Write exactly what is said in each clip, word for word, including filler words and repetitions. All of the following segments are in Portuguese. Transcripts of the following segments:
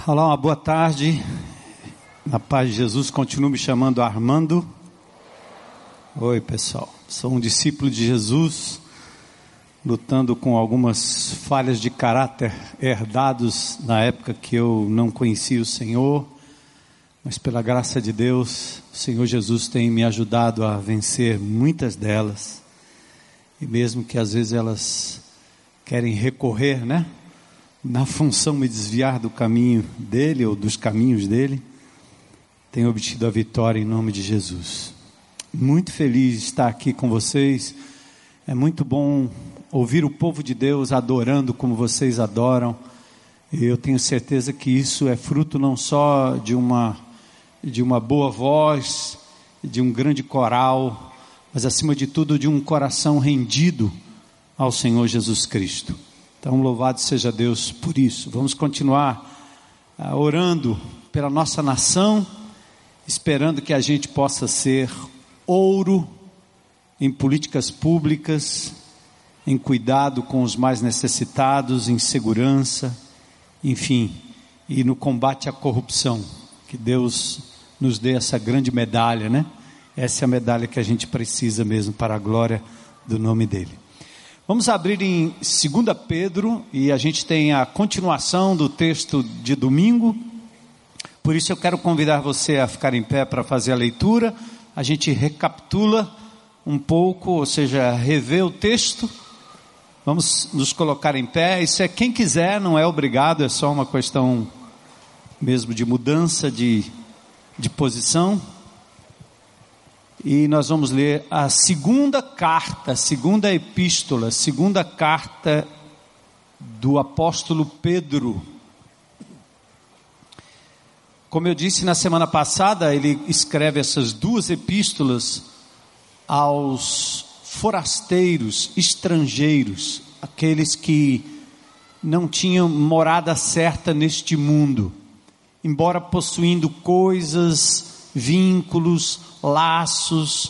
Olá, uma boa tarde. Na paz de Jesus, continuo me chamando Armando. Oi, pessoal. Sou um discípulo de Jesus, lutando com algumas falhas de caráter herdados na época que eu não conhecia o Senhor, mas pela graça de Deus, o Senhor Jesus tem me ajudado a vencer muitas delas, e mesmo que às vezes elas querem recorrer, né? Na função de me desviar do caminho dele ou dos caminhos dele, tenho obtido a vitória em nome de Jesus. Muito feliz de estar aqui com vocês. É muito bom ouvir o povo de Deus adorando como vocês adoram. E eu tenho certeza que isso é fruto não só de uma, de uma boa voz, de um grande coral, mas acima de tudo de um coração rendido ao Senhor Jesus Cristo. Então, louvado seja Deus por isso. Vamos continuar uh, orando pela nossa nação, esperando que a gente possa ser ouro em políticas públicas, em cuidado com os mais necessitados, em segurança, enfim, e no combate à corrupção. Que Deus nos dê essa grande medalha, né? Essa é a medalha que a gente precisa mesmo para a glória do nome dele. Vamos abrir em Segunda Pedro, e a gente tem a continuação do texto de domingo. Por isso eu quero convidar você a ficar em pé para fazer a leitura. A gente recapitula um pouco, ou seja, revê o texto. Vamos nos colocar em pé. Isso é quem quiser, não é obrigado, é só uma questão mesmo de mudança de, de posição. E nós vamos ler a segunda carta, a segunda epístola, a segunda carta do apóstolo Pedro. Como eu disse na semana passada, ele escreve essas duas epístolas aos forasteiros, estrangeiros, aqueles que não tinham morada certa neste mundo, embora possuindo coisas, vínculos, laços,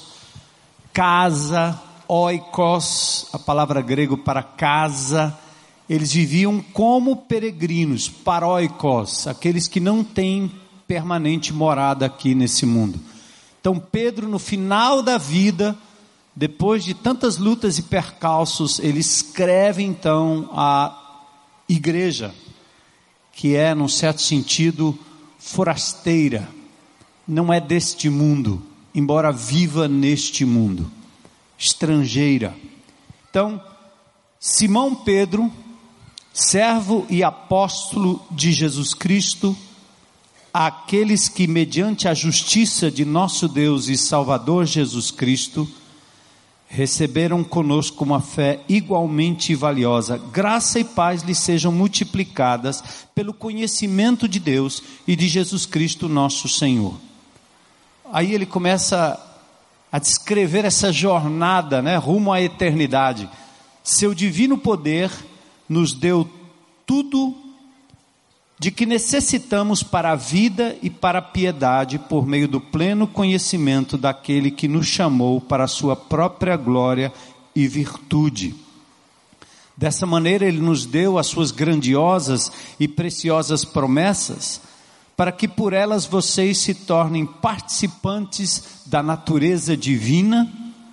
casa, oikos, a palavra grego para casa. Eles viviam como peregrinos, paróikos, aqueles que não têm permanente morada aqui nesse mundo. Então Pedro, no final da vida, depois de tantas lutas e percalços, ele escreve então a igreja, que é, num certo sentido, forasteira, não é deste mundo, embora viva neste mundo, estrangeira. Então, Simão Pedro, servo e apóstolo de Jesus Cristo, àqueles que mediante a justiça de nosso Deus e Salvador Jesus Cristo, receberam conosco uma fé igualmente valiosa, graça e paz lhes sejam multiplicadas pelo conhecimento de Deus e de Jesus Cristo nosso Senhor. Aí ele começa a descrever essa jornada, né, rumo à eternidade. Seu divino poder nos deu tudo de que necessitamos para a vida e para a piedade, por meio do pleno conhecimento daquele que nos chamou para a sua própria glória e virtude. Dessa maneira ele nos deu as suas grandiosas e preciosas promessas, para que por elas vocês se tornem participantes da natureza divina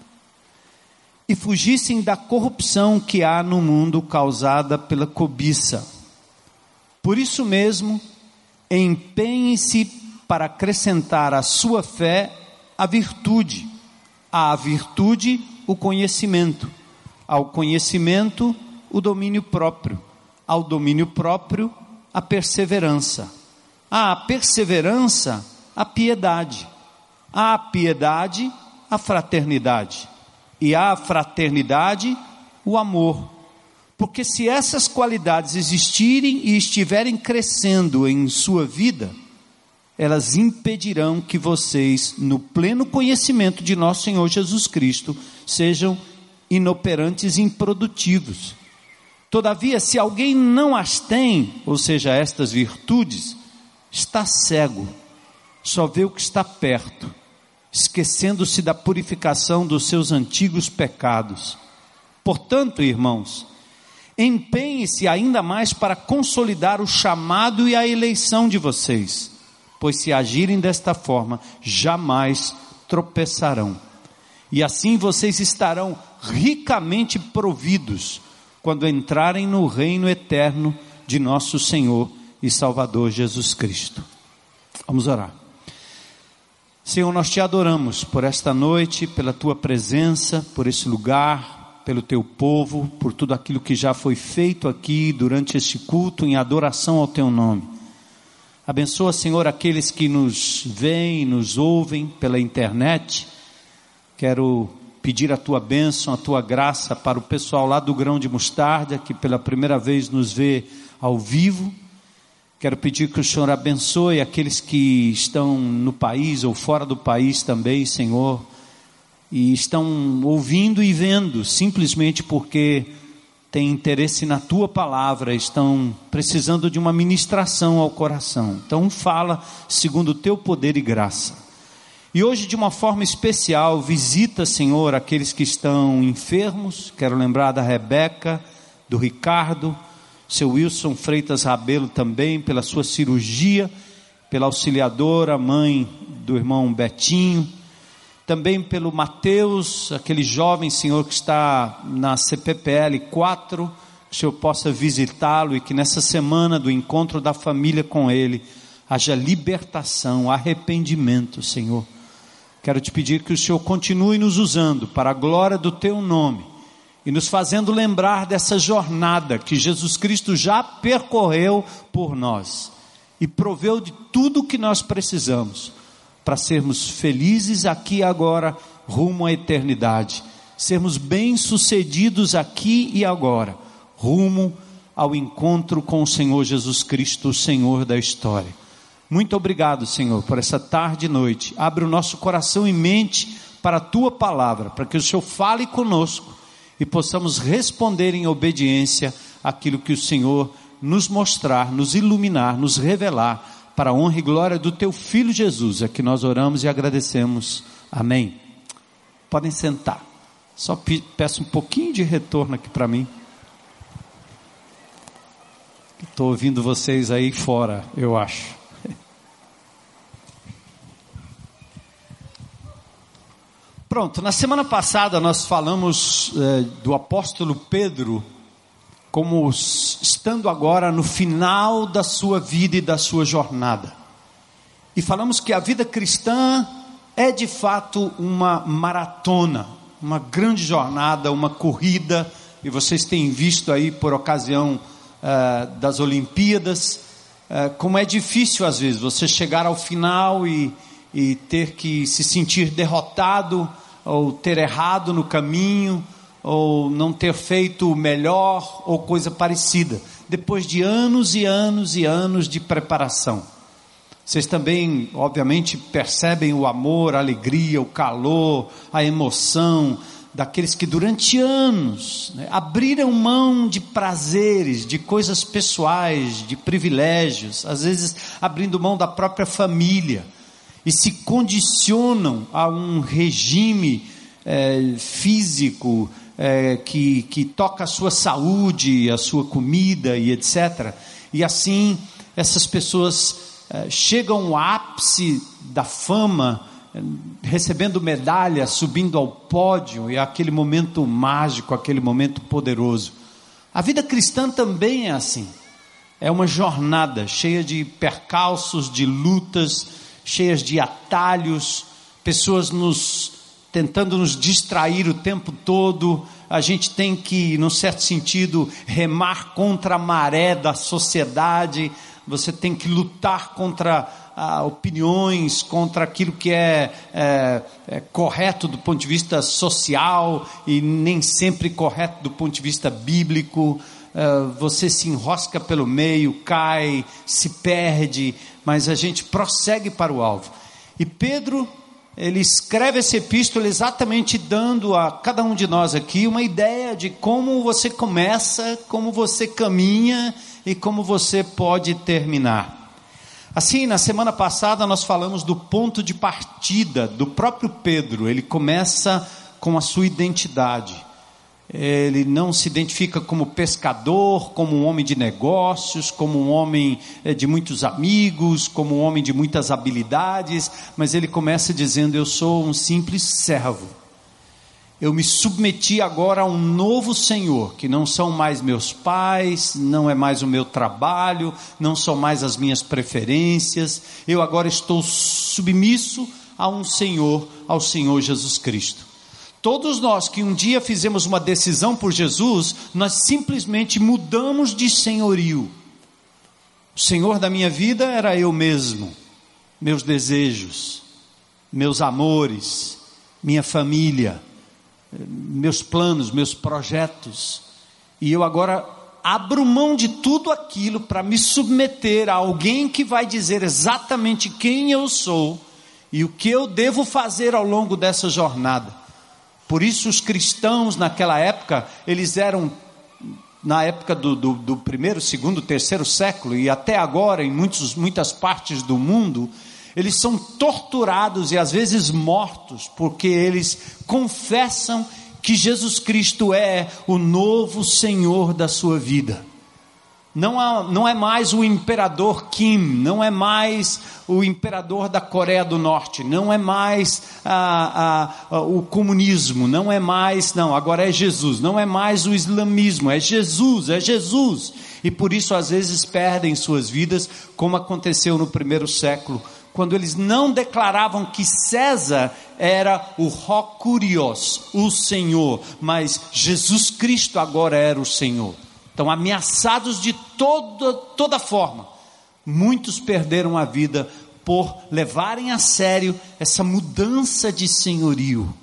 e fugissem da corrupção que há no mundo causada pela cobiça. Por isso mesmo, empenhem-se para acrescentar à sua fé a virtude, à virtude o conhecimento, ao conhecimento o domínio próprio, ao domínio próprio a perseverança, à perseverança a piedade, à piedade a fraternidade, e à fraternidade o amor. Porque se essas qualidades existirem e estiverem crescendo em sua vida, elas impedirão que vocês, no pleno conhecimento de nosso Senhor Jesus Cristo, sejam inoperantes e improdutivos. Todavia, se alguém não as tem, ou seja, estas virtudes, está cego, só vê o que está perto, esquecendo-se da purificação dos seus antigos pecados. Portanto, irmãos, Empenhe-se ainda mais para consolidar o chamado e a eleição de vocês, pois se agirem desta forma, jamais tropeçarão. E assim vocês estarão ricamente providos quando entrarem no reino eterno de nosso Senhor e Salvador Jesus Cristo. Vamos orar. Senhor, nós te adoramos por esta noite, pela tua presença, por esse lugar, pelo teu povo, por tudo aquilo que já foi feito aqui durante este culto em adoração ao teu nome. Abençoa, Senhor, aqueles que nos veem, nos ouvem pela internet. Quero pedir a tua bênção, a tua graça para o pessoal lá do Grão de Mostarda, que pela primeira vez nos vê ao vivo. Quero pedir que o Senhor abençoe aqueles que estão no país ou fora do país também, Senhor, e estão ouvindo e vendo, simplesmente porque têm interesse na tua palavra, estão precisando de uma ministração ao coração. Então fala segundo o teu poder e graça. E hoje, de uma forma especial, visita, Senhor, aqueles que estão enfermos. Quero lembrar da Rebeca, do Ricardo, seu Wilson Freitas Rabelo também, pela sua cirurgia, pela auxiliadora, mãe do irmão Betinho, também pelo Mateus, aquele jovem, Senhor, que está na C P P L quatro, que o Senhor possa visitá-lo e que nessa semana do encontro da família com ele, haja libertação, arrependimento, Senhor. Quero te pedir que o Senhor continue nos usando para a glória do teu nome e nos fazendo lembrar dessa jornada que Jesus Cristo já percorreu por nós e proveu de tudo o que nós precisamos para sermos felizes aqui e agora, rumo à eternidade, sermos bem-sucedidos aqui e agora, rumo ao encontro com o Senhor Jesus Cristo, o Senhor da história. Muito obrigado, Senhor, por essa tarde e noite. Abre o nosso coração e mente para a tua palavra, para que o Senhor fale conosco e possamos responder em obediência àquilo que o Senhor nos mostrar, nos iluminar, nos revelar, para a honra e glória do teu Filho Jesus. É que nós oramos e agradecemos. Amém. Podem sentar. Só peço um pouquinho de retorno aqui para mim. Estou ouvindo vocês aí fora, eu acho. Pronto, na semana passada nós falamos eh, do apóstolo Pedro como estando agora no final da sua vida e da sua jornada. E falamos que a vida cristã é de fato uma maratona, uma grande jornada, uma corrida, e vocês têm visto aí por ocasião eh, das Olimpíadas, eh, como é difícil às vezes você chegar ao final e, e ter que se sentir derrotado, ou ter errado no caminho, ou não ter feito o melhor, ou coisa parecida, depois de anos e anos e anos de preparação. Vocês também, obviamente, percebem o amor, a alegria, o calor, a emoção, daqueles que durante anos, né, abriram mão de prazeres, de coisas pessoais, de privilégios, às vezes abrindo mão da própria família, e se condicionam a um regime é, físico é, que, que toca a sua saúde, a sua comida e etcétera. E assim essas pessoas é, chegam ao ápice da fama, é, recebendo medalha, subindo ao pódio, e aquele momento mágico, aquele momento poderoso. A vida cristã também é assim, é uma jornada cheia de percalços, de lutas, cheias de atalhos, pessoas nos tentando nos distrair o tempo todo. A gente tem que, num certo sentido, remar contra a maré da sociedade. Você tem que lutar contra ah, opiniões, contra aquilo que é, é, é correto do ponto de vista social e nem sempre correto do ponto de vista bíblico. Uh, você se enrosca pelo meio, cai, se perde, mas a gente prossegue para o alvo. E Pedro, ele escreve essa epístola exatamente dando a cada um de nós aqui uma ideia de como você começa, como você caminha e como você pode terminar. Assim, na semana passada nós falamos do ponto de partida do próprio Pedro. Ele começa com a sua identidade. Ele não se identifica como pescador, como um homem de negócios, como um homem de muitos amigos, como um homem de muitas habilidades, mas ele começa dizendo: eu sou um simples servo. Eu me submeti agora a um novo Senhor, que não são mais meus pais, não é mais o meu trabalho, não são mais as minhas preferências. Eu agora estou submisso a um Senhor, ao Senhor Jesus Cristo. Todos nós que um dia fizemos uma decisão por Jesus, nós simplesmente mudamos de senhorio. O Senhor da minha vida era eu mesmo, meus desejos, meus amores, minha família, meus planos, meus projetos. E eu agora abro mão de tudo aquilo para me submeter a alguém que vai dizer exatamente quem eu sou e o que eu devo fazer ao longo dessa jornada. Por isso os cristãos naquela época, eles eram, na época do, do, do primeiro, segundo, terceiro século, e até agora em muitos, muitas partes do mundo, eles são torturados e às vezes mortos, porque eles confessam que Jesus Cristo é o novo Senhor da sua vida. Não, há, não é mais o imperador Kim, não é mais o imperador da Coreia do Norte, não é mais a, a, a, o comunismo, não é mais, não, agora é Jesus, não é mais o islamismo, é Jesus, é Jesus. E por isso às vezes perdem suas vidas, como aconteceu no primeiro século, quando eles não declaravam que César era o Ho Kurios, o Senhor, mas Jesus Cristo agora era o Senhor. Então, ameaçados de toda, toda forma, muitos perderam a vida por levarem a sério essa mudança de senhorio.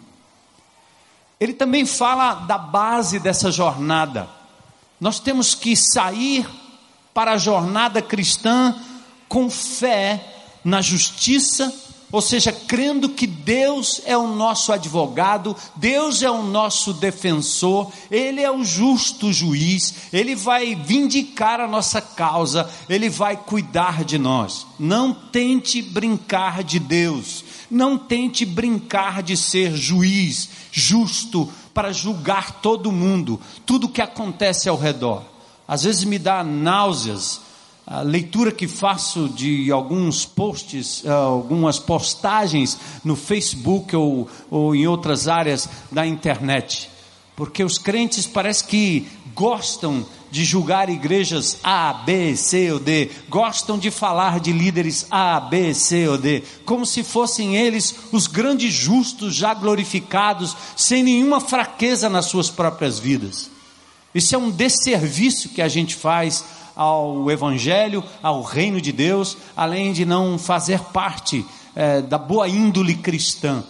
Ele também fala da base dessa jornada. Nós temos que sair para a jornada cristã com fé na justiça, ou seja, crendo que Deus é o nosso advogado, Deus é o nosso defensor, Ele é o justo juiz, Ele vai vindicar a nossa causa, Ele vai cuidar de nós. Não tente brincar de Deus, não tente brincar de ser juiz, justo, para julgar todo mundo, tudo que acontece ao redor. Às vezes me dá náuseas a leitura que faço de alguns posts, algumas postagens no Facebook ou, ou em outras áreas da internet, porque os crentes parece que gostam de julgar igrejas A, B, C ou D, gostam de falar de líderes A, B, C ou D, como se fossem eles os grandes justos já glorificados, sem nenhuma fraqueza nas suas próprias vidas. Isso é um desserviço que a gente faz ao Evangelho, ao reino de Deus, além de não fazer parte é, da boa índole cristã.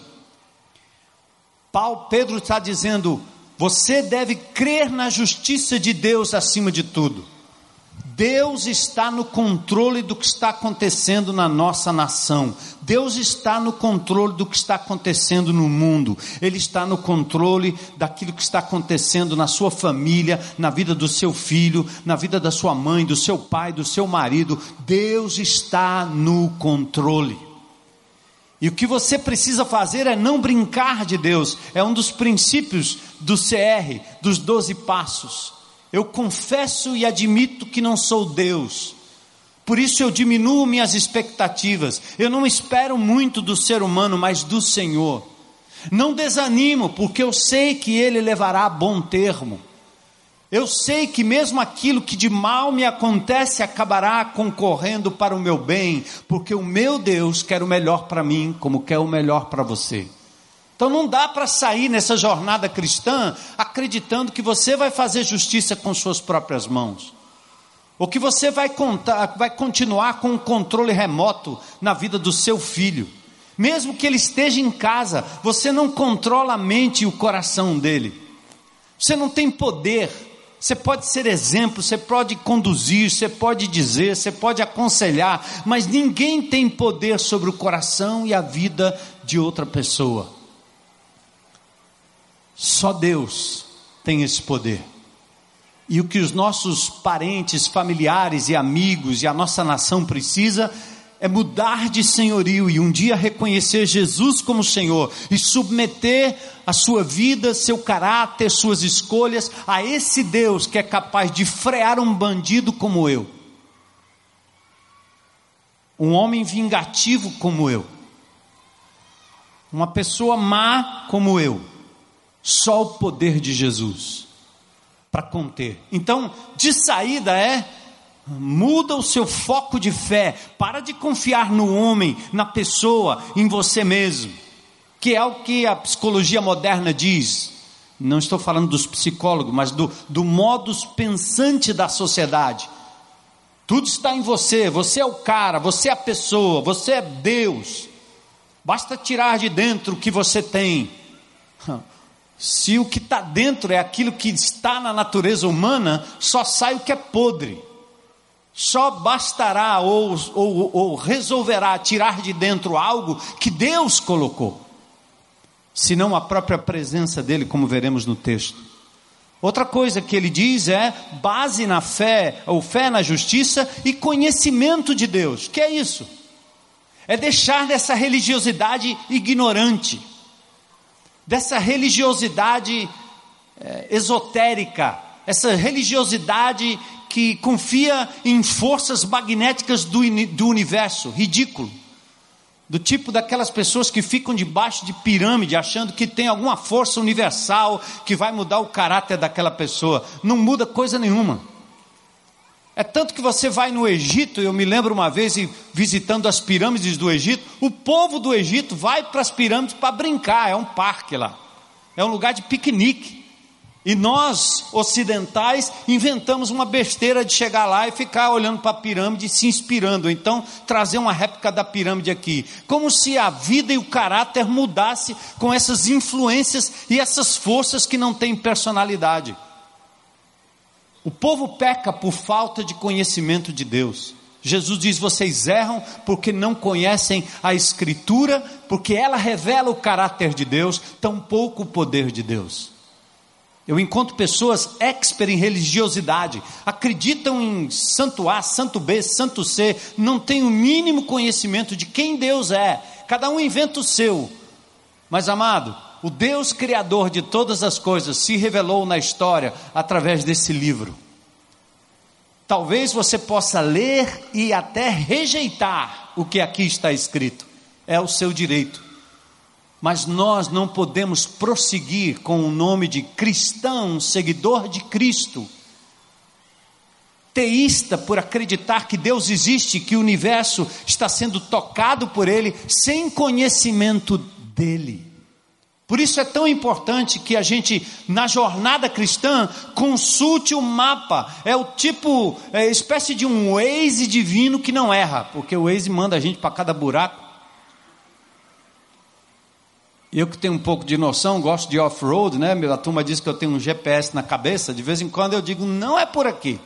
Paulo, Pedro está dizendo: você deve crer na justiça de Deus acima de tudo. Deus está no controle do que está acontecendo na nossa nação. Deus está no controle do que está acontecendo no mundo. Ele está no controle daquilo que está acontecendo na sua família, na vida do seu filho, na vida da sua mãe, do seu pai, do seu marido. Deus está no controle. E o que você precisa fazer é não brincar de Deus. É um dos princípios do C R, dos doze passos. Eu confesso e admito que não sou Deus, por isso eu diminuo minhas expectativas. Eu não espero muito do ser humano, mas do Senhor. Não desanimo, porque eu sei que Ele levará a bom termo. Eu sei que mesmo aquilo que de mal me acontece acabará concorrendo para o meu bem, porque o meu Deus quer o melhor para mim, como quer o melhor para você. Então não dá para sair nessa jornada cristã acreditando que você vai fazer justiça com suas próprias mãos, ou que você vai, contar, vai continuar com o controle remoto na vida do seu filho. Mesmo que ele esteja em casa, você não controla a mente e o coração dele. Você não tem poder. Você pode ser exemplo, você pode conduzir, você pode dizer, você pode aconselhar, mas ninguém tem poder sobre o coração e a vida de outra pessoa. Só Deus tem esse poder. E o que os nossos parentes, familiares e amigos e a nossa nação precisa é mudar de senhorio e um dia reconhecer Jesus como Senhor e submeter a sua vida, seu caráter, suas escolhas a esse Deus que é capaz de frear um bandido como eu, um homem vingativo como eu, uma pessoa má como eu. Só o poder de Jesus para conter. Então, de saída é: muda o seu foco de fé, para de confiar no homem, na pessoa, em você mesmo, que é o que a psicologia moderna diz. Não estou falando dos psicólogos, mas do, do modus pensante da sociedade. Tudo está em você, você é o cara, você é a pessoa, você é Deus, basta tirar de dentro o que você tem. Se o que está dentro é aquilo que está na natureza humana, só sai o que é podre. Só bastará ou, ou, ou resolverá tirar de dentro algo que Deus colocou, senão a própria presença dele, como veremos no texto. Outra coisa que ele diz é base na fé, ou fé na justiça e conhecimento de Deus. O que é isso? É deixar dessa religiosidade ignorante, dessa religiosidade é, esotérica, essa religiosidade que confia em forças magnéticas do, do universo, ridículo, do tipo daquelas pessoas que ficam debaixo de pirâmide, achando que tem alguma força universal que vai mudar o caráter daquela pessoa. Não muda coisa nenhuma. É tanto que você vai no Egito, eu me lembro uma vez visitando as pirâmides do Egito, o povo do Egito vai para as pirâmides para brincar, é um parque lá, é um lugar de piquenique. E nós, ocidentais, inventamos uma besteira de chegar lá e ficar olhando para a pirâmide e se inspirando. Então, trazer uma réplica da pirâmide aqui. Como se a vida e o caráter mudasse com essas influências e essas forças que não têm personalidade. O povo peca por falta de conhecimento de Deus. Jesus diz: vocês erram porque não conhecem a Escritura, porque ela revela o caráter de Deus, tampouco o poder de Deus. Eu encontro pessoas expert em religiosidade, acreditam em santo A, santo B, santo C, não têm o mínimo conhecimento de quem Deus é, cada um inventa o seu. Mas amado, o Deus criador de todas as coisas se revelou na história através desse livro. Talvez você possa ler e até rejeitar o que aqui está escrito, é o seu direito. Mas nós não podemos prosseguir com o nome de cristão, seguidor de Cristo, teísta, por acreditar que Deus existe, que o universo está sendo tocado por Ele, sem conhecimento dEle. Por isso é tão importante que a gente, na jornada cristã, consulte o mapa. É o tipo, é espécie de um Waze divino que não erra, porque o Waze manda a gente para cada buraco. Eu que tenho um pouco de noção, gosto de off-road, né? A turma diz que eu tenho um G P S na cabeça. De vez em quando eu digo, não é por aqui.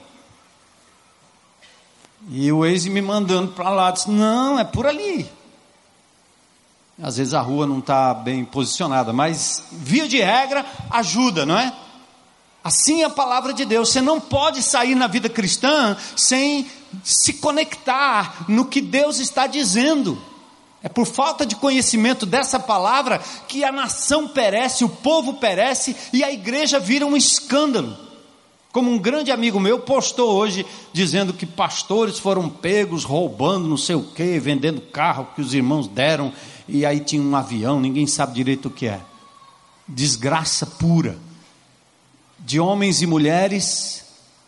E o Waze me mandando para lá, diz, não, é por ali. Às vezes a rua não está bem posicionada, mas via de regra ajuda, não é? Assim é a palavra de Deus. Você não pode sair na vida cristã sem se conectar no que Deus está dizendo. É por falta de conhecimento dessa palavra que a nação perece, o povo perece e a igreja vira um escândalo. Como um grande amigo meu postou hoje, dizendo que pastores foram pegos roubando não sei o que, vendendo carro que os irmãos deram, e aí tinha um avião, ninguém sabe direito o que é. Desgraça pura, de homens e mulheres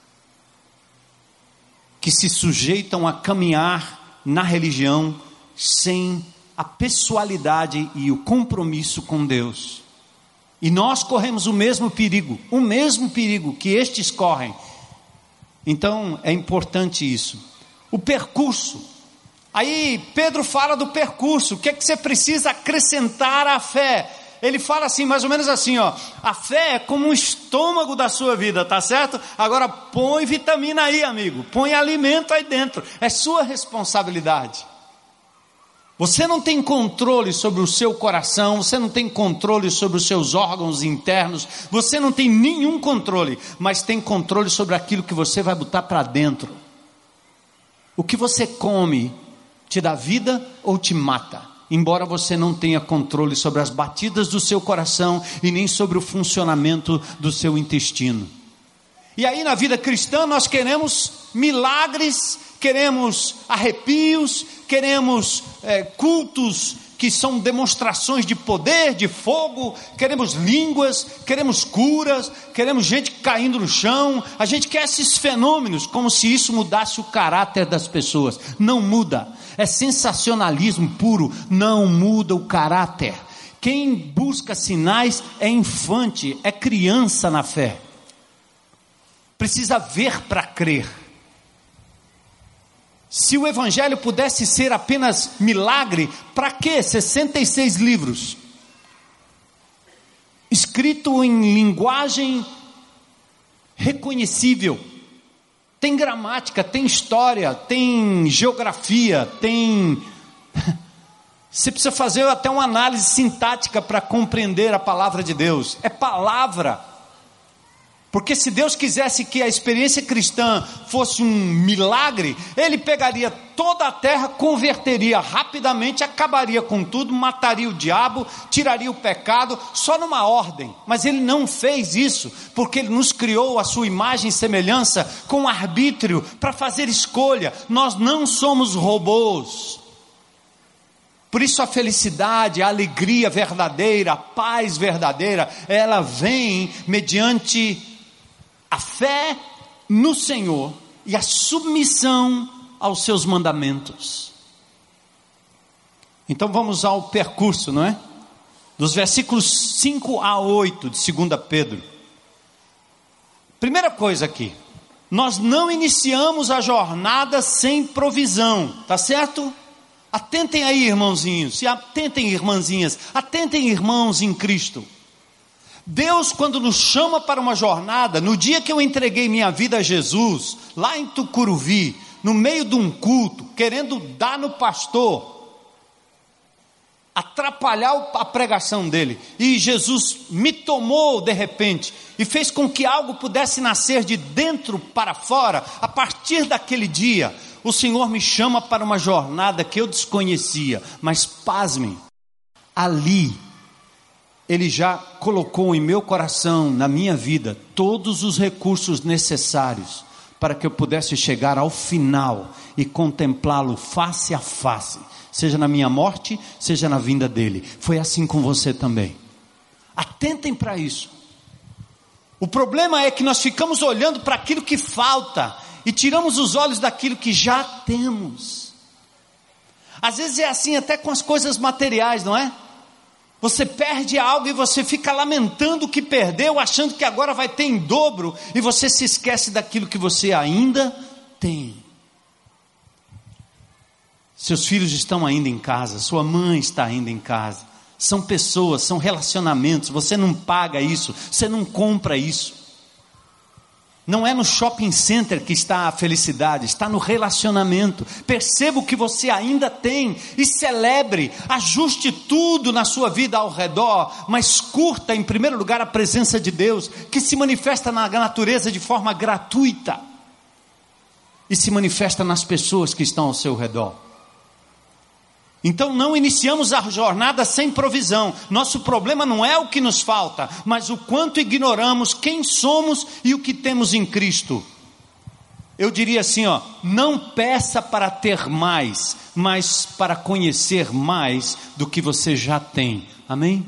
que se sujeitam a caminhar na religião, sem a pessoalidade e o compromisso com Deus. E nós corremos o mesmo perigo, o mesmo perigo que estes correm. Então é importante isso. O percurso. Aí Pedro fala do percurso. O que é que você precisa acrescentar à fé? Ele fala assim, mais ou menos assim, ó, a fé é como um estômago da sua vida, tá certo? Agora põe vitamina aí, amigo, põe alimento aí dentro, é sua responsabilidade. Você não tem controle sobre o seu coração, você não tem controle sobre os seus órgãos internos, você não tem nenhum controle, mas tem controle sobre aquilo que você vai botar para dentro. O que você come te dá vida ou te mata, embora você não tenha controle sobre as batidas do seu coração e nem sobre o funcionamento do seu intestino. E aí na vida cristã nós queremos milagres, queremos arrepios, queremos é, cultos que são demonstrações de poder, de fogo, queremos línguas, queremos curas, queremos gente caindo no chão, a gente quer esses fenômenos, como se isso mudasse o caráter das pessoas. Não muda, é sensacionalismo puro, não muda o caráter. Quem busca sinais é infante, é criança na fé, precisa ver para crer. Se o evangelho pudesse ser apenas milagre, para que sessenta e seis livros? Escrito em linguagem reconhecível. Tem gramática, tem história, tem geografia, tem... Você precisa fazer até uma análise sintática para compreender a palavra de Deus. É palavra. Porque se Deus quisesse que a experiência cristã fosse um milagre, Ele pegaria toda a terra, converteria rapidamente, acabaria com tudo, mataria o diabo, tiraria o pecado, só numa ordem. Mas Ele não fez isso, porque Ele nos criou a sua imagem e semelhança com arbítrio para fazer escolha. Nós não somos robôs. Por isso a felicidade, a alegria verdadeira, a paz verdadeira, ela vem mediante a fé no Senhor e a submissão aos seus mandamentos. Então vamos ao percurso, não é? Dos versículos cinco a oito de segunda Pedro. Primeira coisa aqui, nós não iniciamos a jornada sem provisão, tá certo? Atentem aí, irmãozinhos, e atentem, irmãzinhas, atentem, irmãos em Cristo. Deus, quando nos chama para uma jornada, no dia que eu entreguei minha vida a Jesus, lá em Tucuruvi, no meio de um culto, querendo dar no pastor, atrapalhar a pregação dele, e Jesus me tomou de repente, e fez com que algo pudesse nascer de dentro para fora. A partir daquele dia, o Senhor me chama para uma jornada que eu desconhecia, mas pasmem, ali, Ele já colocou em meu coração, na minha vida, todos os recursos necessários para que eu pudesse chegar ao final e contemplá-lo face a face, seja na minha morte, seja na vinda dele. Foi assim com você também. Atentem para isso. O problema é que nós ficamos olhando para aquilo que falta e tiramos os olhos daquilo que já temos. Às vezes é assim até com as coisas materiais, não é? Você perde algo e você fica lamentando o que perdeu, achando que agora vai ter em dobro, e você se esquece daquilo que você ainda tem. Seus filhos estão ainda em casa, sua mãe está ainda em casa, são pessoas, são relacionamentos, você não paga isso, você não compra isso. Não é no shopping center que está a felicidade, está no relacionamento. Perceba o que você ainda tem e celebre, ajuste tudo na sua vida ao redor, mas curta em primeiro lugar a presença de Deus, que se manifesta na natureza de forma gratuita e se manifesta nas pessoas que estão ao seu redor. Então não iniciamos a jornada sem provisão. Nosso problema não é o que nos falta, mas o quanto ignoramos quem somos e o que temos em Cristo. Eu diria assim, ó, não peça para ter mais, mas para conhecer mais do que você já tem. Amém?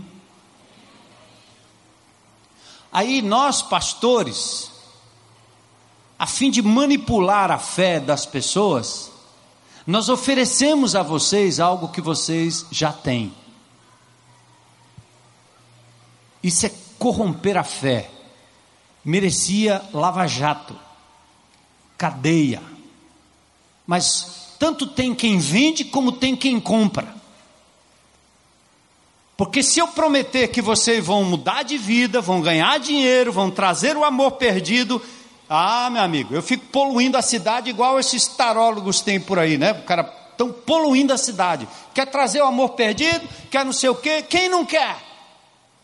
Aí nós, pastores, a fim de manipular a fé das pessoas, nós oferecemos a vocês algo que vocês já têm. Isso é corromper a fé. Merecia lava-jato, cadeia. Mas tanto tem quem vende como tem quem compra. Porque se eu prometer que vocês vão mudar de vida, vão ganhar dinheiro, vão trazer o amor perdido, ah, meu amigo, eu fico poluindo a cidade igual esses tarólogos têm por aí, né? O cara estão poluindo a cidade. Quer trazer o amor perdido, quer não sei o quê. Quem não quer?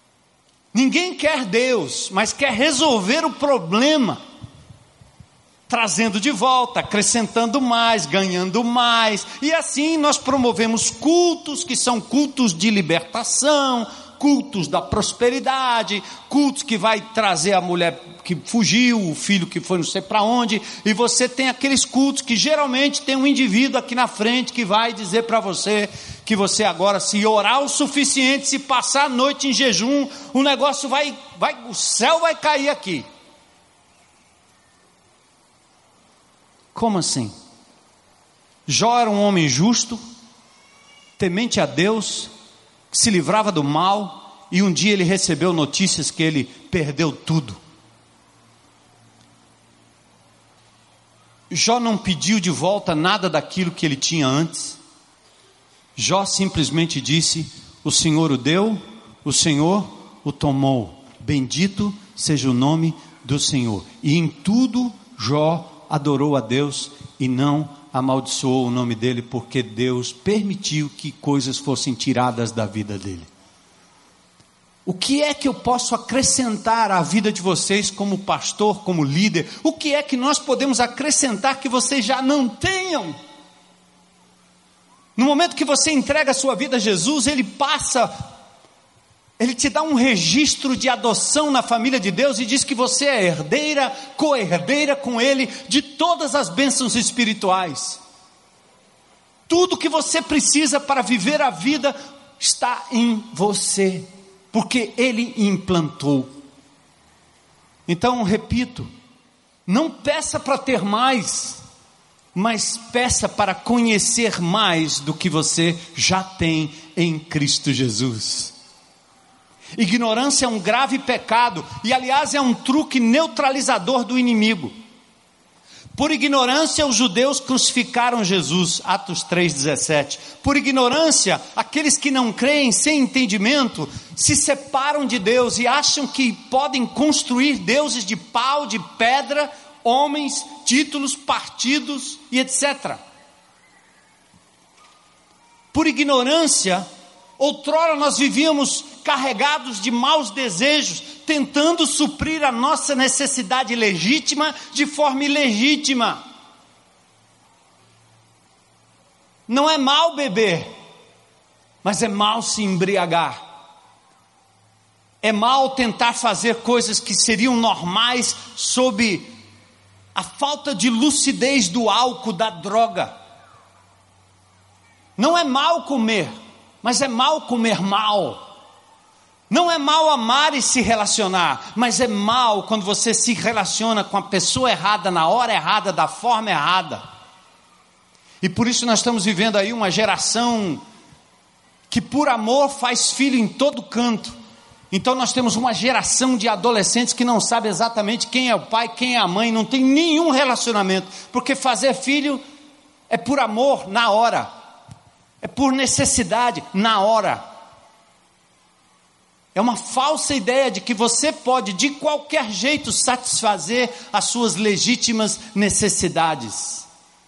Ninguém quer Deus, mas quer resolver o problema. trazendo de volta, acrescentando mais, ganhando mais, e assim nós promovemos cultos que são cultos de libertação, cultos da prosperidade, cultos que vai trazer a mulher que fugiu, o filho que foi não sei para onde, e você tem aqueles cultos que geralmente tem um indivíduo aqui na frente que vai dizer para você que você agora, se orar o suficiente, se passar a noite em jejum, o negócio vai, vai, o céu vai cair aqui. Como assim? Jó era um homem justo, temente a Deus, que se livrava do mal, e um dia ele recebeu notícias que ele perdeu tudo. Jó não pediu de volta nada daquilo que ele tinha antes. Jó simplesmente disse: o Senhor o deu, o Senhor o tomou, bendito seja o nome do Senhor. E em tudo Jó adorou a Deus e não amaldiçoou o nome dele, porque Deus permitiu que coisas fossem tiradas da vida dele. O que é que eu posso acrescentar à vida de vocês como pastor, como líder? O que é que nós podemos acrescentar que vocês já não tenham? No momento que você entrega a sua vida a Jesus, Ele passa, Ele te dá um registro de adoção na família de Deus e diz que você é herdeira, co-herdeira com Ele de todas as bênçãos espirituais. Tudo que você precisa para viver a vida está em você, porque Ele implantou. Então, repito, não peça para ter mais, mas peça para conhecer mais do que você já tem em Cristo Jesus. Ignorância é um grave pecado, e aliás é um truque neutralizador do inimigo. Por ignorância os judeus crucificaram Jesus, Atos três, dezessete. Por ignorância, aqueles que não creem, sem entendimento, se separam de Deus e acham que podem construir deuses de pau, de pedra, homens, títulos, partidos e etcétera. Por ignorância, outrora nós vivíamos carregados de maus desejos, tentando suprir a nossa necessidade legítima de forma ilegítima. Não é mal beber, mas é mal se embriagar. É mal tentar fazer coisas que seriam normais sob a falta de lucidez do álcool, da droga. Não é mal comer, mas é mal comer mal. Não é mal amar e se relacionar, mas é mal quando você se relaciona com a pessoa errada, na hora errada, da forma errada. E por isso nós estamos vivendo aí uma geração que por amor faz filho em todo canto. Então nós temos uma geração de adolescentes que não sabe exatamente quem é o pai, quem é a mãe, não tem nenhum relacionamento, porque fazer filho é por amor na hora, é por necessidade na hora. É uma falsa ideia de que você pode de qualquer jeito satisfazer as suas legítimas necessidades.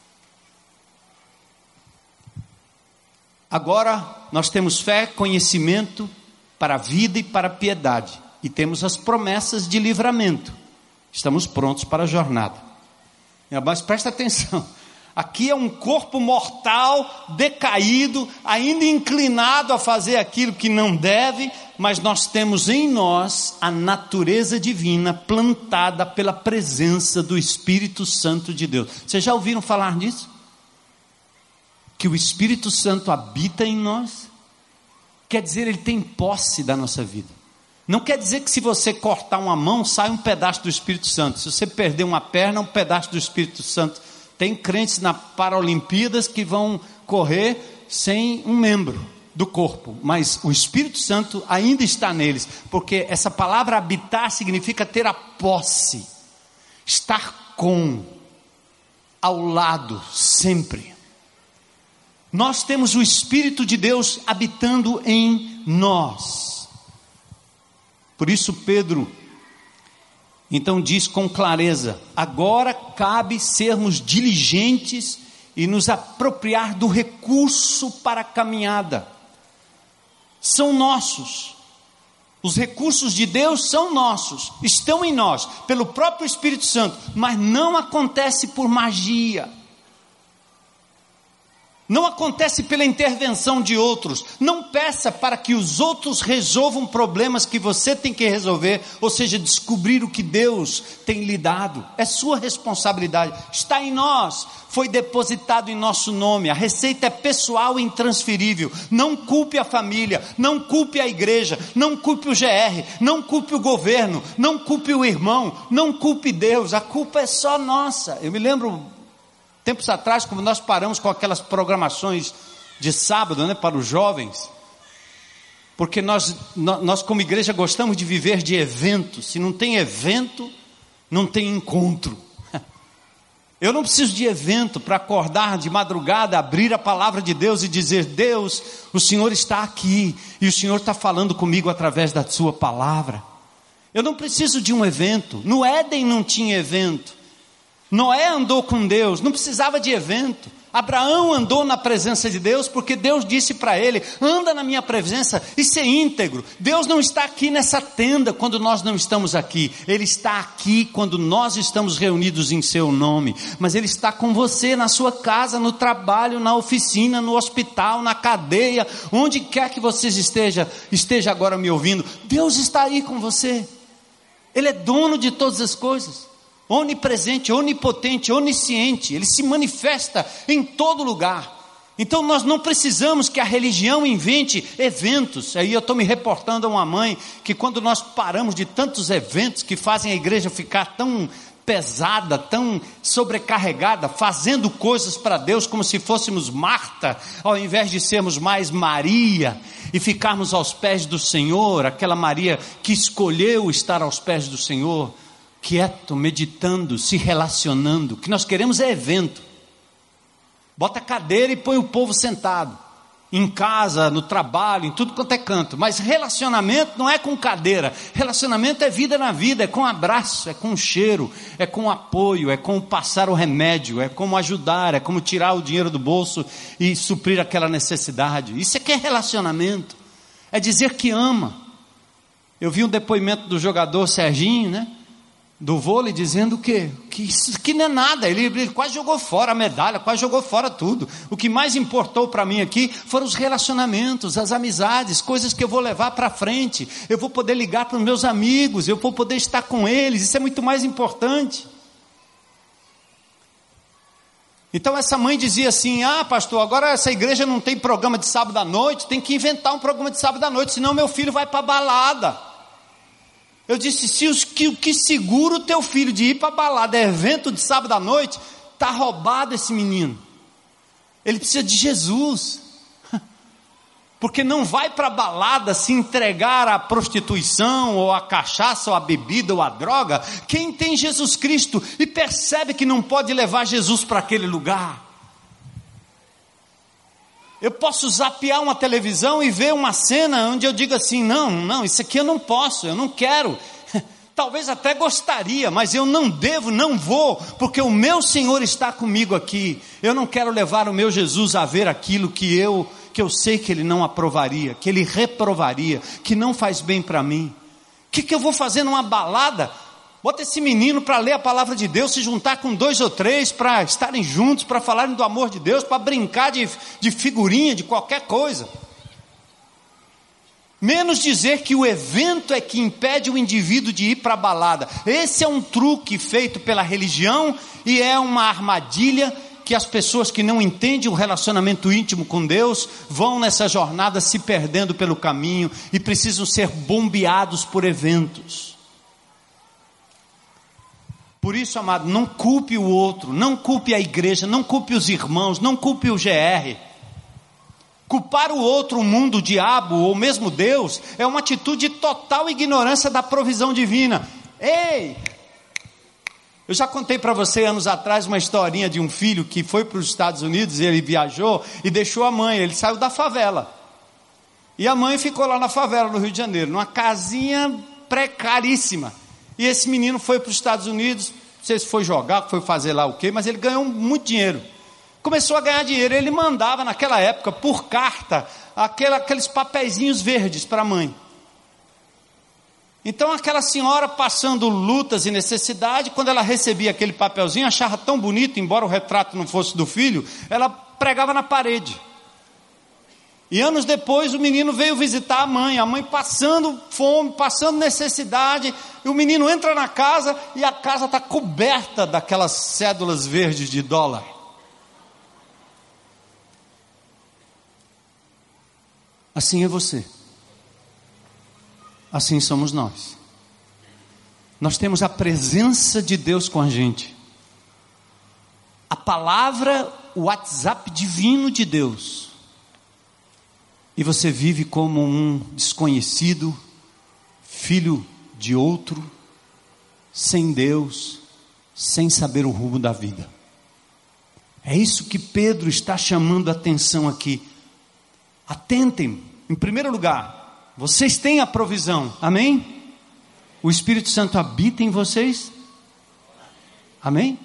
Agora nós temos fé, conhecimento para a vida e para a piedade, e temos as promessas de livramento. Estamos prontos para a jornada. Mas presta atenção, aqui é um corpo mortal, decaído, ainda inclinado a fazer aquilo que não deve, mas nós temos em nós a natureza divina plantada pela presença do Espírito Santo de Deus. Vocês já ouviram falar nisso? Que o Espírito Santo habita em nós? Quer dizer, ele tem posse da nossa vida. Não quer dizer que se você cortar uma mão, sai um pedaço do Espírito Santo. Se você perder uma perna, um pedaço do Espírito Santo. Tem crentes na Paralimpíadas que vão correr sem um membro do corpo, mas o Espírito Santo ainda está neles, porque essa palavra habitar significa ter a posse, estar com, ao lado, sempre. Nós temos o Espírito de Deus habitando em nós. Por isso Pedro então diz com clareza: agora cabe sermos diligentes e nos apropriar do recurso para a caminhada. São nossos, Os recursos de Deus são nossos, estão em nós, pelo próprio Espírito Santo, mas não acontece por magia. Não acontece pela intervenção de outros. Não peça para que os outros resolvam problemas que você tem que resolver, ou seja, descobrir o que Deus tem lhe dado. É sua responsabilidade, está em nós, foi depositado em nosso nome. A receita é pessoal e intransferível. Não culpe a família, não culpe a igreja, não culpe o G R, não culpe o governo, não culpe o irmão, não culpe Deus. A culpa é só nossa. Eu me lembro tempos atrás, como nós paramos com aquelas programações de sábado, né, para os jovens, porque nós, nós como igreja gostamos de viver de eventos. Se não tem evento, não tem encontro. Eu não preciso de evento para acordar de madrugada, abrir a palavra de Deus e dizer: Deus, o Senhor está aqui, e o Senhor está falando comigo através da sua palavra. Eu não preciso de um evento. No Éden não tinha evento. Noé andou com Deus, não precisava de evento. Abraão andou na presença de Deus, porque Deus disse para ele: anda na minha presença e ser íntegro. Deus não está aqui nessa tenda quando nós não estamos aqui. Ele está aqui quando nós estamos reunidos em seu nome. Mas Ele está com você na sua casa, no trabalho, na oficina, no hospital, na cadeia, onde quer que você esteja, esteja agora me ouvindo. Deus está aí com você. Ele é dono de todas as coisas. Onipresente, onipotente, onisciente. Ele se manifesta em todo lugar. Então nós não precisamos que a religião invente eventos. Aí eu estou me reportando a uma mãe que, quando nós paramos de tantos eventos que fazem a igreja ficar tão pesada, tão sobrecarregada, fazendo coisas para Deus como se fôssemos Marta, ao invés de sermos mais Maria e ficarmos aos pés do Senhor, aquela Maria que escolheu estar aos pés do Senhor, quieto, meditando, se relacionando. O que nós queremos é evento. Bota cadeira e põe o povo sentado, em casa, no trabalho, em tudo quanto é canto. Mas relacionamento não é com cadeira. Relacionamento é vida na vida, é com abraço, é com cheiro, é com apoio, é com passar o remédio, é como ajudar, é como tirar o dinheiro do bolso e suprir aquela necessidade. Isso é que é relacionamento. É dizer que ama. Eu vi um depoimento do jogador Serginho, né, do vôlei, dizendo que, que isso aqui não é nada. Ele, ele quase jogou fora a medalha, quase jogou fora tudo. O que mais importou para mim aqui foram os relacionamentos, as amizades, coisas que eu vou levar para frente. Eu vou poder ligar para os meus amigos, eu vou poder estar com eles. Isso é muito mais importante. Então essa mãe dizia assim: ah, pastor, agora essa igreja não tem programa de sábado à noite, tem que inventar um programa de sábado à noite, senão meu filho vai para a balada. Eu disse: se os, que, o que segura o teu filho de ir para a balada é evento de sábado à noite, está roubado esse menino. Ele precisa de Jesus. Porque não vai para a balada se entregar à prostituição, ou à cachaça, ou à bebida, ou à droga, quem tem Jesus Cristo e percebe que não pode levar Jesus para aquele lugar. Eu posso zapear uma televisão e ver uma cena onde eu digo assim: não, não, isso aqui eu não posso, eu não quero. Talvez até gostaria, mas eu não devo, não vou, porque o meu Senhor está comigo aqui. Eu não quero levar o meu Jesus a ver aquilo que eu, que eu sei que Ele não aprovaria, que Ele reprovaria, que não faz bem para mim. O que, que eu vou fazer numa balada? Bota esse menino para ler a palavra de Deus, se juntar com dois ou três, para estarem juntos, para falarem do amor de Deus, para brincar de, de figurinha, de qualquer coisa. Menos dizer que o evento é que impede o indivíduo de ir para a balada. Esse é um truque feito pela religião e é uma armadilha que as pessoas que não entendem o relacionamento íntimo com Deus vão nessa jornada se perdendo pelo caminho e precisam ser bombeados por eventos. Por isso, amado, não culpe o outro, não culpe a igreja, não culpe os irmãos, não culpe o G R. Culpar o outro, o mundo, o diabo ou mesmo Deus é uma atitude de total ignorância da provisão divina. Ei! Eu já contei para você anos atrás uma historinha de um filho que foi para os Estados Unidos, ele viajou e deixou a mãe, ele saiu da favela. E a mãe ficou lá na favela no Rio de Janeiro, numa casinha precaríssima. E esse menino foi para os Estados Unidos, não sei se foi jogar, foi fazer lá o quê, mas ele ganhou muito dinheiro. Começou a ganhar dinheiro, ele mandava naquela época, por carta, aquela, aqueles papeizinhos verdes para a mãe. Então aquela senhora passando lutas e necessidade, quando ela recebia aquele papelzinho, achava tão bonito, embora o retrato não fosse do filho, ela pregava na parede. E anos depois o menino veio visitar a mãe, a mãe passando fome, passando necessidade, e o menino entra na casa e a casa está coberta daquelas cédulas verdes de dólar. Assim é você. Assim somos nós. Nós temos a presença de Deus com a gente. A palavra, o WhatsApp divino de Deus. E você vive como um desconhecido, filho de outro, sem Deus, sem saber o rumo da vida. É isso que Pedro está chamando a atenção aqui. Atentem, em primeiro lugar, vocês têm a provisão, amém? O Espírito Santo habita em vocês, amém?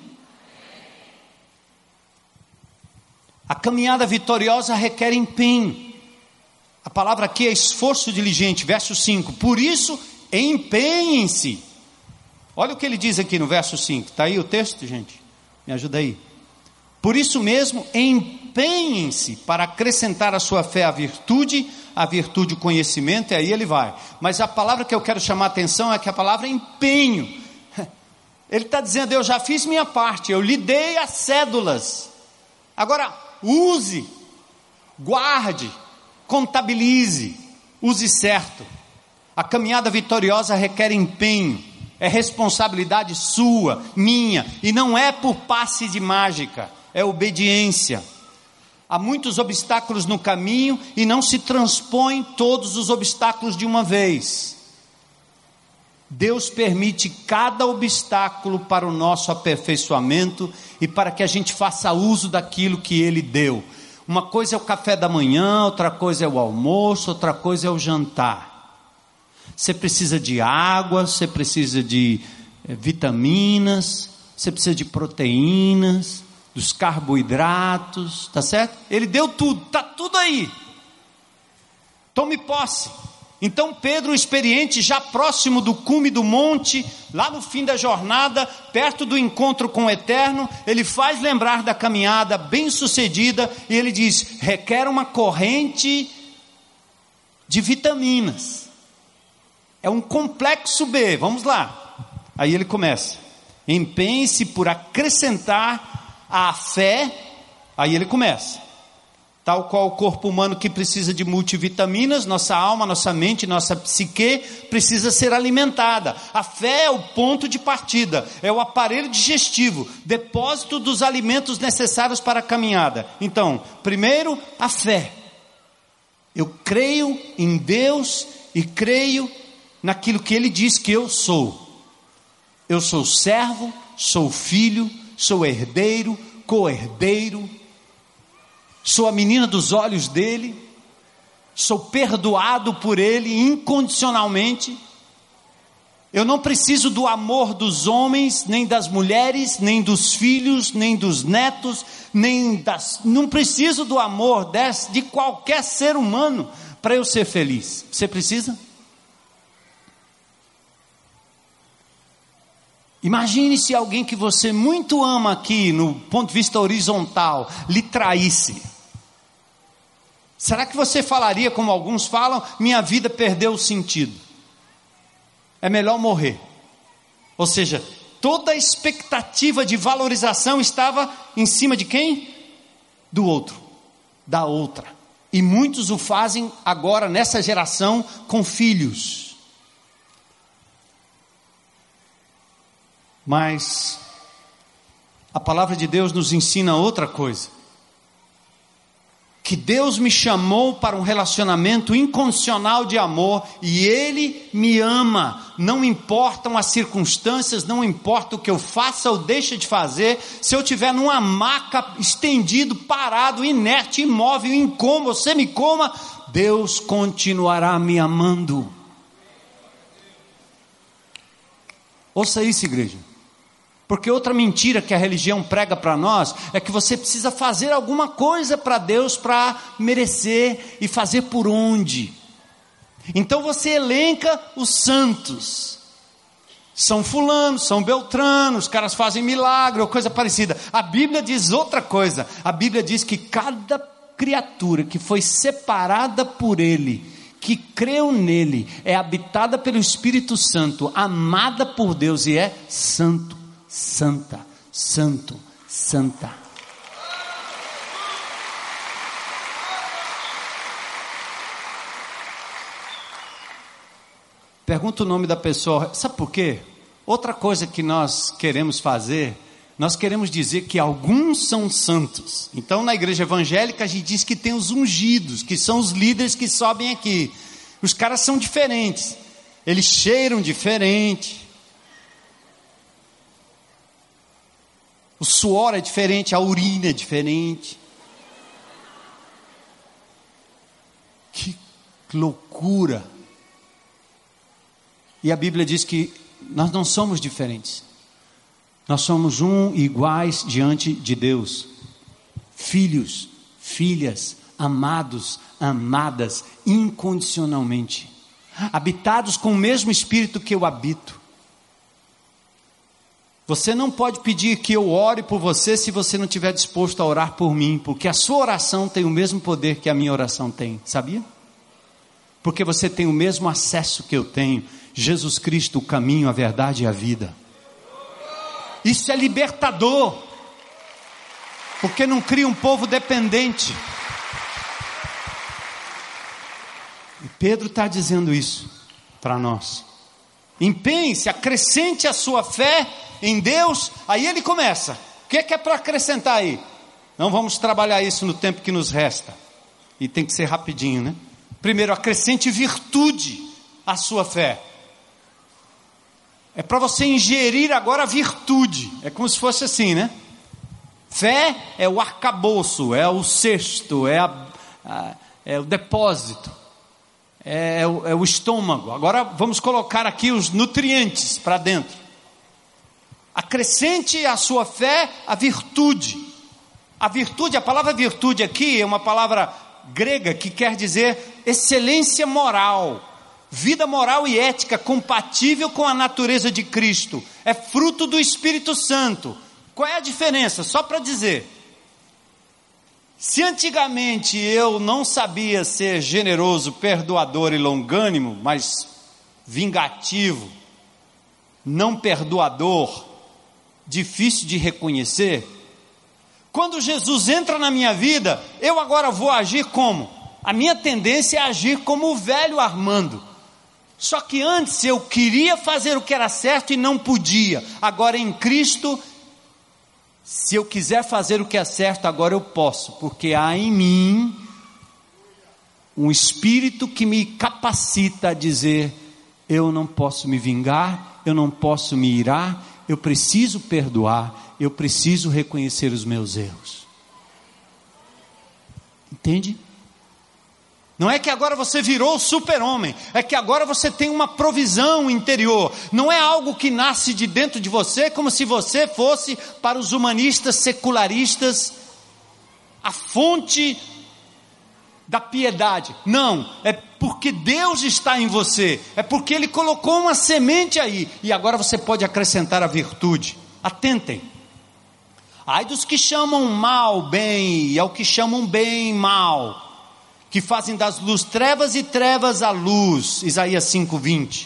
A caminhada vitoriosa requer empenho. A palavra aqui é esforço diligente, verso cinco. Por isso, empenhem-se. Olha o que ele diz aqui no verso cinco. Está aí o texto, gente? Me ajuda aí. Por isso mesmo, empenhem-se para acrescentar à sua fé a virtude, a virtude o conhecimento, e aí ele vai. Mas a palavra que eu quero chamar a atenção é que a palavra é empenho. Ele está dizendo, eu já fiz minha parte, eu lhe dei as cédulas. Agora, use, guarde, contabilize, use certo. A caminhada vitoriosa requer empenho, é responsabilidade sua, minha, e não é por passe de mágica, é obediência. Há muitos obstáculos no caminho e não se transpõem todos os obstáculos de uma vez. Deus permite cada obstáculo para o nosso aperfeiçoamento e para que a gente faça uso daquilo que Ele deu. Uma coisa é o café da manhã, outra coisa é o almoço, outra coisa é o jantar. Você precisa de água, você precisa de é, vitaminas, você precisa de proteínas, dos carboidratos, tá certo? Ele deu tudo, tá tudo aí. Tome posse. Então Pedro, experiente, já próximo do cume do monte, lá no fim da jornada, perto do encontro com o Eterno, ele faz lembrar da caminhada bem sucedida, e ele diz, requer uma corrente de vitaminas, é um complexo B, vamos lá. Aí ele começa, empenhe-se por acrescentar à fé, aí ele começa, tal qual o corpo humano que precisa de multivitaminas, nossa alma, nossa mente, nossa psique precisa ser alimentada. A fé é o ponto de partida, é o aparelho digestivo, depósito dos alimentos necessários para a caminhada. Então, primeiro, a fé. Eu creio em Deus e creio naquilo que Ele diz que eu sou. Eu sou servo, sou filho, sou herdeiro, co-herdeiro, sou a menina dos olhos dele, sou perdoado por ele incondicionalmente. Eu não preciso do amor dos homens, nem das mulheres, nem dos filhos, nem dos netos, nem das, não preciso do amor desse, de qualquer ser humano para eu ser feliz. Você precisa? Imagine se alguém que você muito ama aqui, no ponto de vista horizontal, lhe traísse. Será que você falaria como alguns falam, minha vida perdeu o sentido? É melhor morrer. Ou seja, toda a expectativa de valorização estava em cima de quem? Do outro, da outra. E muitos o fazem agora nessa geração com filhos. Mas a palavra de Deus nos ensina outra coisa. Que Deus me chamou para um relacionamento incondicional de amor e Ele me ama. Não importam as circunstâncias, não importa o que eu faça ou deixe de fazer. Se eu estiver numa maca, estendido, parado, inerte, imóvel, em coma, você me coma, Deus continuará me amando. Ouça isso, igreja. Porque outra mentira que a religião prega para nós é que você precisa fazer alguma coisa para Deus para merecer, e fazer por onde. Então você elenca os santos. São fulano, são beltrano, os caras fazem milagre ou coisa parecida. A Bíblia diz outra coisa. A Bíblia diz que cada criatura que foi separada por Ele, que creu nele, é habitada pelo Espírito Santo, amada por Deus e é santo, santa, santo, santa. Pergunta o nome da pessoa. Sabe por quê? Outra coisa que nós queremos fazer, nós queremos dizer que alguns são santos. Então na igreja evangélica a gente diz que tem os ungidos, que são os líderes que sobem aqui. Os caras são diferentes, eles cheiram diferente, o suor é diferente, a urina é diferente. Que loucura! E a Bíblia diz que nós não somos diferentes. Nós somos um iguais diante de Deus. Filhos, filhas, amados, amadas, incondicionalmente. Habitados com o mesmo Espírito que eu habito. Você não pode pedir que eu ore por você se você não estiver disposto a orar por mim. Porque a sua oração tem o mesmo poder que a minha oração tem. Sabia? Porque você tem o mesmo acesso que eu tenho. Jesus Cristo, o caminho, a verdade e a vida. Isso é libertador, porque não cria um povo dependente. E Pedro está dizendo isso para nós. Empenhe-se, acrescente a sua fé em Deus. Aí ele começa. O que é que é para acrescentar aí? Não vamos trabalhar isso no tempo que nos resta. E tem que ser rapidinho, né? Primeiro, acrescente virtude à sua fé. É para você ingerir agora a virtude. É como se fosse assim, né? Fé é o arcabouço, é o cesto, é, a, a, é o depósito, é, é, o, é o estômago. Agora vamos colocar aqui os nutrientes para dentro. Acrescente à sua fé a virtude. A virtude, a palavra virtude aqui é uma palavra grega que quer dizer excelência moral. Vida moral e ética compatível com a natureza de Cristo. É fruto do Espírito Santo. Qual é a diferença? Só para dizer. Se antigamente eu não sabia ser generoso, perdoador e longânimo, mas vingativo, não perdoador, difícil de reconhecer, quando Jesus entra na minha vida, eu agora vou agir como? A minha tendência é agir como o velho Armando. Só que antes eu queria fazer o que era certo e não podia. Agora em Cristo, se eu quiser fazer o que é certo, agora eu posso. Porque há em mim um Espírito que me capacita a dizer: eu não posso me vingar, eu não posso me irar, eu preciso perdoar, eu preciso reconhecer os meus erros. Entende? Não é que agora você virou o super-homem, é que agora você tem uma provisão interior. Não é algo que nasce de dentro de você, como se você fosse, para os humanistas secularistas, a fonte da piedade. Não, é porque Deus está em você, é porque Ele colocou uma semente aí, e agora você pode acrescentar a virtude. Atentem. Ai dos que chamam mal bem, e ao que chamam bem mal, que fazem das luz trevas e trevas a luz. Isaías cinco, vinte.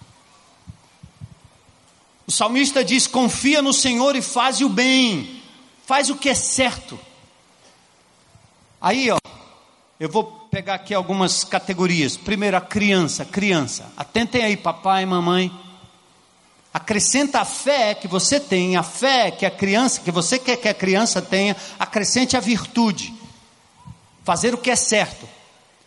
O salmista diz: confia no Senhor e faz o bem, faz o que é certo. Aí ó, eu vou pegar aqui algumas categorias. Primeiro, a criança, criança, atentem aí papai e mamãe. Acrescenta a fé que você tem, a fé que a criança, que você quer que a criança tenha, acrescente a virtude. Fazer o que é certo.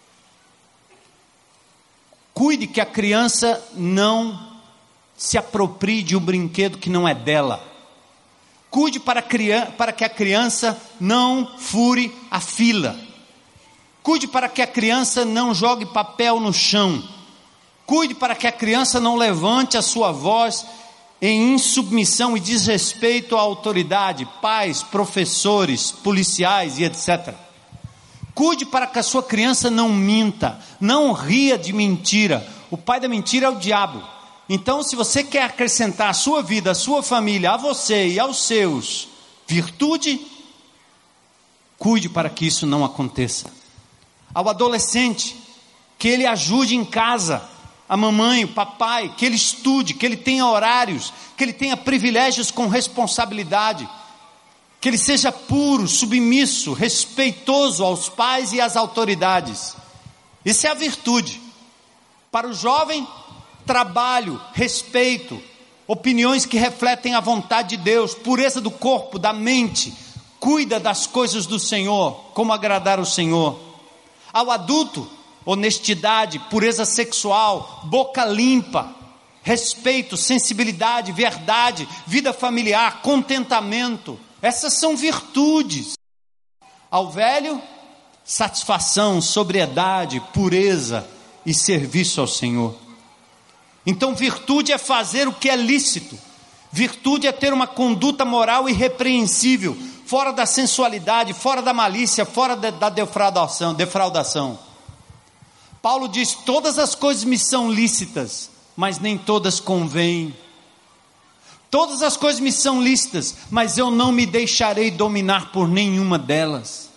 Cuide que a criança não se aproprie de um brinquedo que não é dela. Cuide para, criança, para que a criança não fure a fila. Cuide para que a criança não jogue papel no chão. Cuide para que a criança não levante a sua voz em insubmissão e desrespeito à autoridade, pais, professores, policiais e etcétera. Cuide para que a sua criança não minta, não ria de mentira. O pai da mentira é o diabo. Então, se você quer acrescentar à sua vida, à sua família, a você e aos seus, virtude, cuide para que isso não aconteça. Ao adolescente, que ele ajude em casa, a mamãe, o papai, que ele estude, que ele tenha horários, que ele tenha privilégios com responsabilidade, que ele seja puro, submisso, respeitoso aos pais e às autoridades. Isso é a virtude. Para o jovem, trabalho, respeito, opiniões que refletem a vontade de Deus, pureza do corpo, da mente, cuida das coisas do Senhor, como agradar o Senhor. Ao adulto, honestidade, pureza sexual, boca limpa, respeito, sensibilidade, verdade, vida familiar, contentamento. Essas são virtudes. Ao velho, satisfação, sobriedade, pureza e serviço ao Senhor. Então virtude é fazer o que é lícito. Virtude é ter uma conduta moral irrepreensível, fora da sensualidade, fora da malícia, fora da defraudação, defraudação. Paulo diz: todas as coisas me são lícitas, mas nem todas convêm. Todas as coisas me são lícitas, mas eu não me deixarei dominar por nenhuma delas.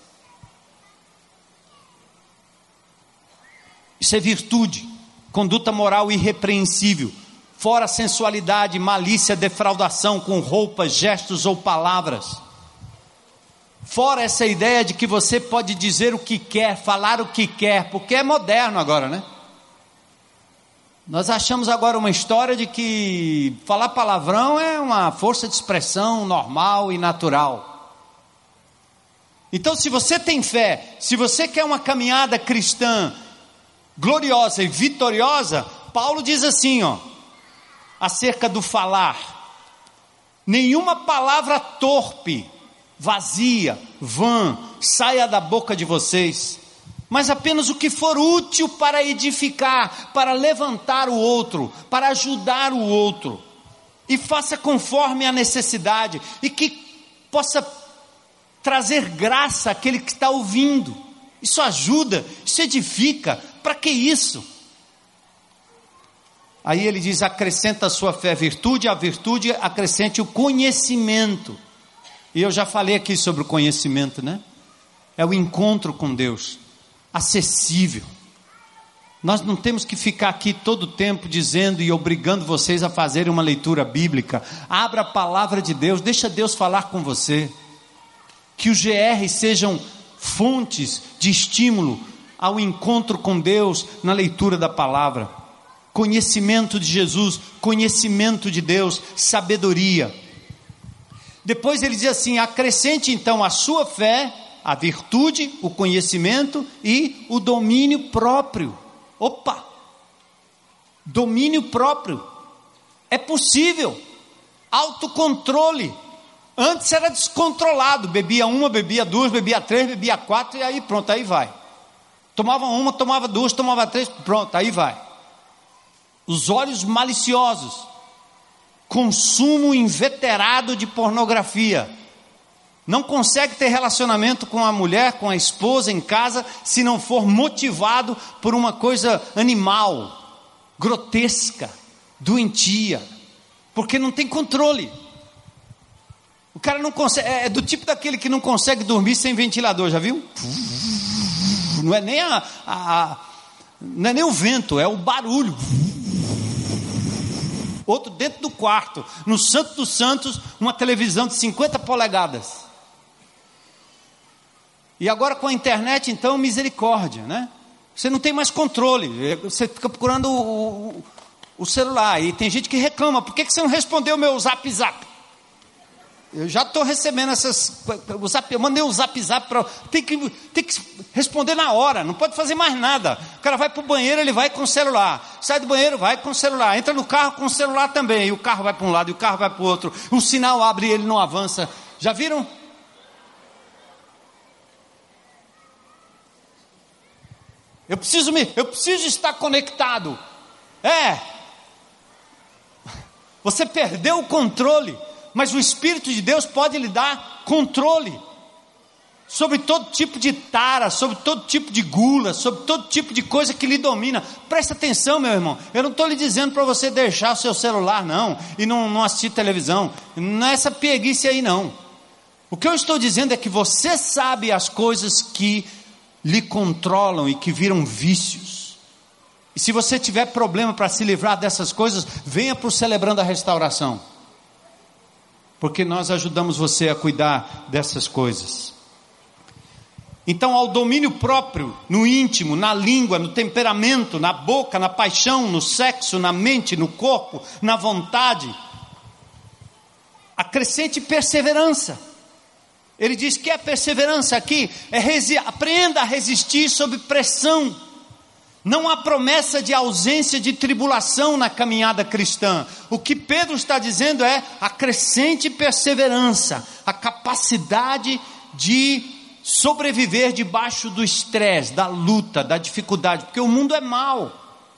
Isso é virtude, conduta moral irrepreensível, fora sensualidade, malícia, defraudação com roupas, gestos ou palavras. Fora essa ideia de que você pode dizer o que quer, falar o que quer, porque é moderno agora, né? Nós achamos agora uma história de que falar palavrão é uma força de expressão normal e natural. Então, se você tem fé, se você quer uma caminhada cristã gloriosa e vitoriosa, Paulo diz assim, ó, acerca do falar: nenhuma palavra torpe, vazia, vã, saia da boca de vocês, mas apenas o que for útil para edificar, para levantar o outro, para ajudar o outro, e faça conforme a necessidade, e que possa trazer graça àquele que está ouvindo. Isso ajuda, isso edifica. Para que isso? Aí ele diz: acrescenta a sua fé virtude, a virtude acrescente o conhecimento. E eu já falei aqui sobre o conhecimento, né? É o encontro com Deus, acessível. Nós não temos que ficar aqui todo o tempo dizendo e obrigando vocês a fazerem uma leitura bíblica. Abra a palavra de Deus, deixa Deus falar com você. Que os G R sejam fontes de estímulo ao encontro com Deus na leitura da palavra. Conhecimento de Jesus, conhecimento de Deus, sabedoria. Depois ele diz assim: acrescente então a sua fé, a virtude, o conhecimento e o domínio próprio. Opa! Domínio próprio. É possível. Autocontrole. Antes era descontrolado, bebia uma, bebia duas, bebia três, bebia quatro e aí pronto, aí vai. Tomava uma, tomava duas, tomava três, pronto, aí vai. Os olhos maliciosos, consumo inveterado de pornografia. Não consegue ter relacionamento com a mulher, com a esposa em casa, se não for motivado por uma coisa animal, grotesca, doentia, porque não tem controle. O cara não consegue, é do tipo daquele que não consegue dormir sem ventilador, já viu? Não é nem a, a, a não é nem o vento, é o barulho. Outro dentro do quarto, no Santo dos Santos, uma televisão de cinquenta polegadas. E agora com a internet, então, misericórdia, né? Você não tem mais controle, você fica procurando o, o, o celular, e tem gente que reclama: por que, que você não respondeu o meu zap zap? Eu já estou recebendo essas, o zap, eu mandei um zap zap para, tem que, tem que responder na hora, não pode fazer mais nada. O cara vai para o banheiro, ele vai com o celular, sai do banheiro, vai com o celular, entra no carro com o celular também, e o carro vai para um lado e o carro vai para o outro, o sinal abre e ele não avança. Já viram? Eu preciso me, eu preciso estar conectado. É. Você perdeu o controle, mas o Espírito de Deus pode lhe dar controle sobre todo tipo de tara, sobre todo tipo de gula, sobre todo tipo de coisa que lhe domina. Presta atenção, meu irmão, eu não estou lhe dizendo para você deixar o seu celular não, e não, não assistir televisão, não é essa preguiça aí não. O que eu estou dizendo é que você sabe as coisas que lhe controlam e que viram vícios. E se você tiver problema para se livrar dessas coisas, venha para o Celebrando a Restauração, porque nós ajudamos você a cuidar dessas coisas. Então, ao domínio próprio, no íntimo, na língua, no temperamento, na boca, na paixão, no sexo, na mente, no corpo, na vontade, acrescente perseverança. Ele diz que a perseverança aqui é resi- aprenda a resistir sob pressão. Não há promessa de ausência de tribulação na caminhada cristã. O que Pedro está dizendo é acrescente perseverança, a capacidade de sobreviver debaixo do estresse, da luta, da dificuldade, porque o mundo é mau.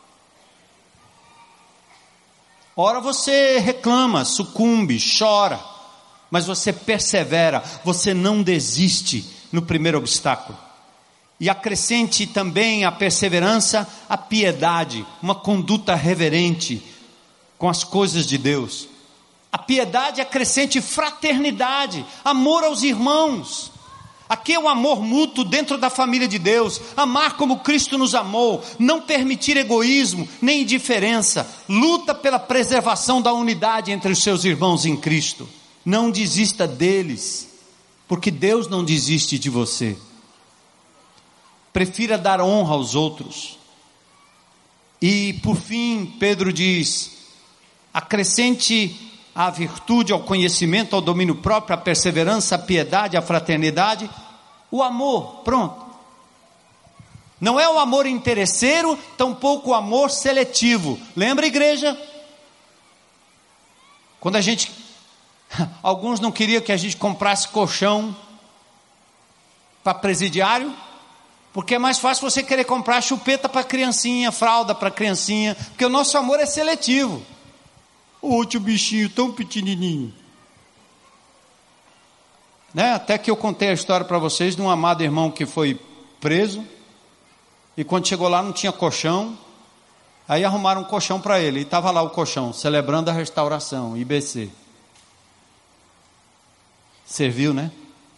Ora você reclama, sucumbe, chora, mas você persevera, você não desiste no primeiro obstáculo. E acrescente também a perseverança, a piedade, uma conduta reverente com as coisas de Deus. A piedade acrescente fraternidade, amor aos irmãos. Aqui é o amor mútuo dentro da família de Deus, amar como Cristo nos amou, não permitir egoísmo, nem indiferença, luta pela preservação da unidade entre os seus irmãos em Cristo. Não desista deles, porque Deus não desiste de você. Prefira dar honra aos outros. E por fim, Pedro diz, acrescente a virtude, ao conhecimento, ao domínio próprio, a perseverança, a piedade, a fraternidade, o amor. Pronto. Não é o amor interesseiro, tampouco o amor seletivo. Lembra, igreja? Quando a gente, alguns não queriam que a gente comprasse colchão para presidiário, porque é mais fácil você querer comprar chupeta para criancinha, fralda para criancinha, porque o nosso amor é seletivo. O último bichinho tão pequenininho, né? Até que eu contei a história para vocês de um amado irmão que foi preso, e quando chegou lá não tinha colchão, aí arrumaram um colchão para ele, e estava lá o colchão, Celebrando a Restauração, I B C. Serviu, né?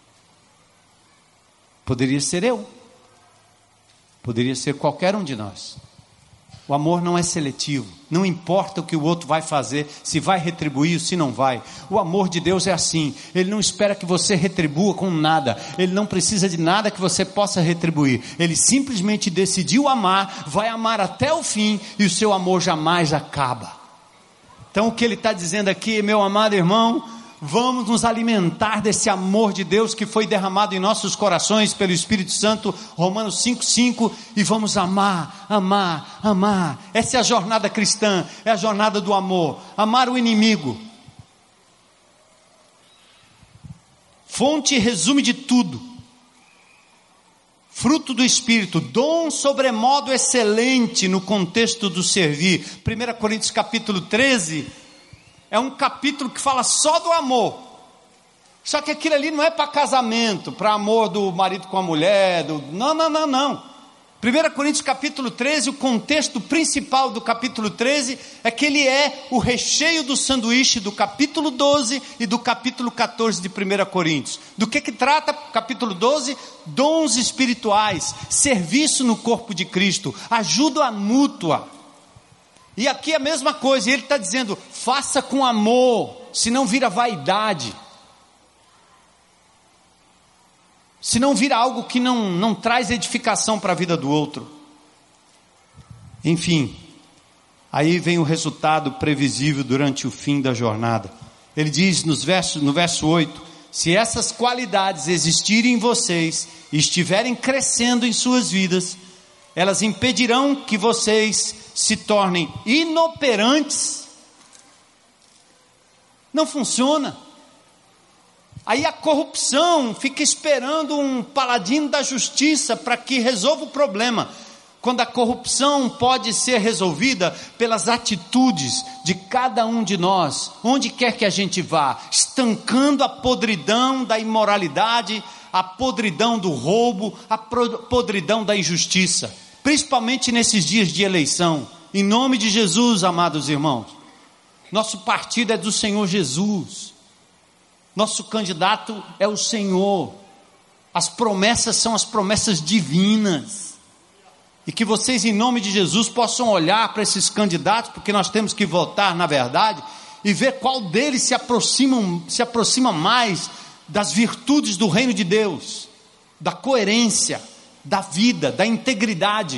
Poderia ser eu, poderia ser qualquer um de nós. O amor não é seletivo, não importa o que o outro vai fazer, se vai retribuir ou se não vai. O amor de Deus é assim, Ele não espera que você retribua com nada, Ele não precisa de nada que você possa retribuir, Ele simplesmente decidiu amar, vai amar até o fim, e o seu amor jamais acaba. Então o que Ele está dizendo aqui, meu amado irmão, vamos nos alimentar desse amor de Deus que foi derramado em nossos corações pelo Espírito Santo, Romanos cinco, cinco, e vamos amar, amar, amar. Essa é a jornada cristã, é a jornada do amor, amar o inimigo. Fonte e resumo de tudo, fruto do Espírito, dom sobremodo excelente no contexto do servir. primeira Coríntios capítulo treze, é um capítulo que fala só do amor, só que aquilo ali não é para casamento, para amor do marido com a mulher, do... não, não, não, não. primeira Coríntios capítulo treze, o contexto principal do capítulo treze, é que ele é o recheio do sanduíche do capítulo doze e do capítulo catorze de primeira Coríntios. Do que que trata capítulo doze? Dons espirituais, serviço no corpo de Cristo, ajuda mútua. E aqui é a mesma coisa, e ele está dizendo, faça com amor, senão vira vaidade, senão vira algo que não, não traz edificação para a vida do outro. Enfim, aí vem o resultado previsível durante o fim da jornada. Ele diz nos versos, no verso oito, se essas qualidades existirem em vocês, e estiverem crescendo em suas vidas, elas impedirão que vocês se tornem inoperantes. Não funciona. Aí a corrupção fica esperando um paladino da justiça para que resolva o problema, quando a corrupção pode ser resolvida pelas atitudes de cada um de nós, onde quer que a gente vá, estancando a podridão da imoralidade, a podridão do roubo, a podridão da injustiça, principalmente nesses dias de eleição. Em nome de Jesus, amados irmãos, nosso partido é do Senhor Jesus, nosso candidato é o Senhor, as promessas são as promessas divinas, e que vocês, em nome de Jesus, possam olhar para esses candidatos, porque nós temos que votar na verdade, e ver qual deles se aproxima, se aproxima mais das virtudes do reino de Deus, da coerência, da vida, da integridade,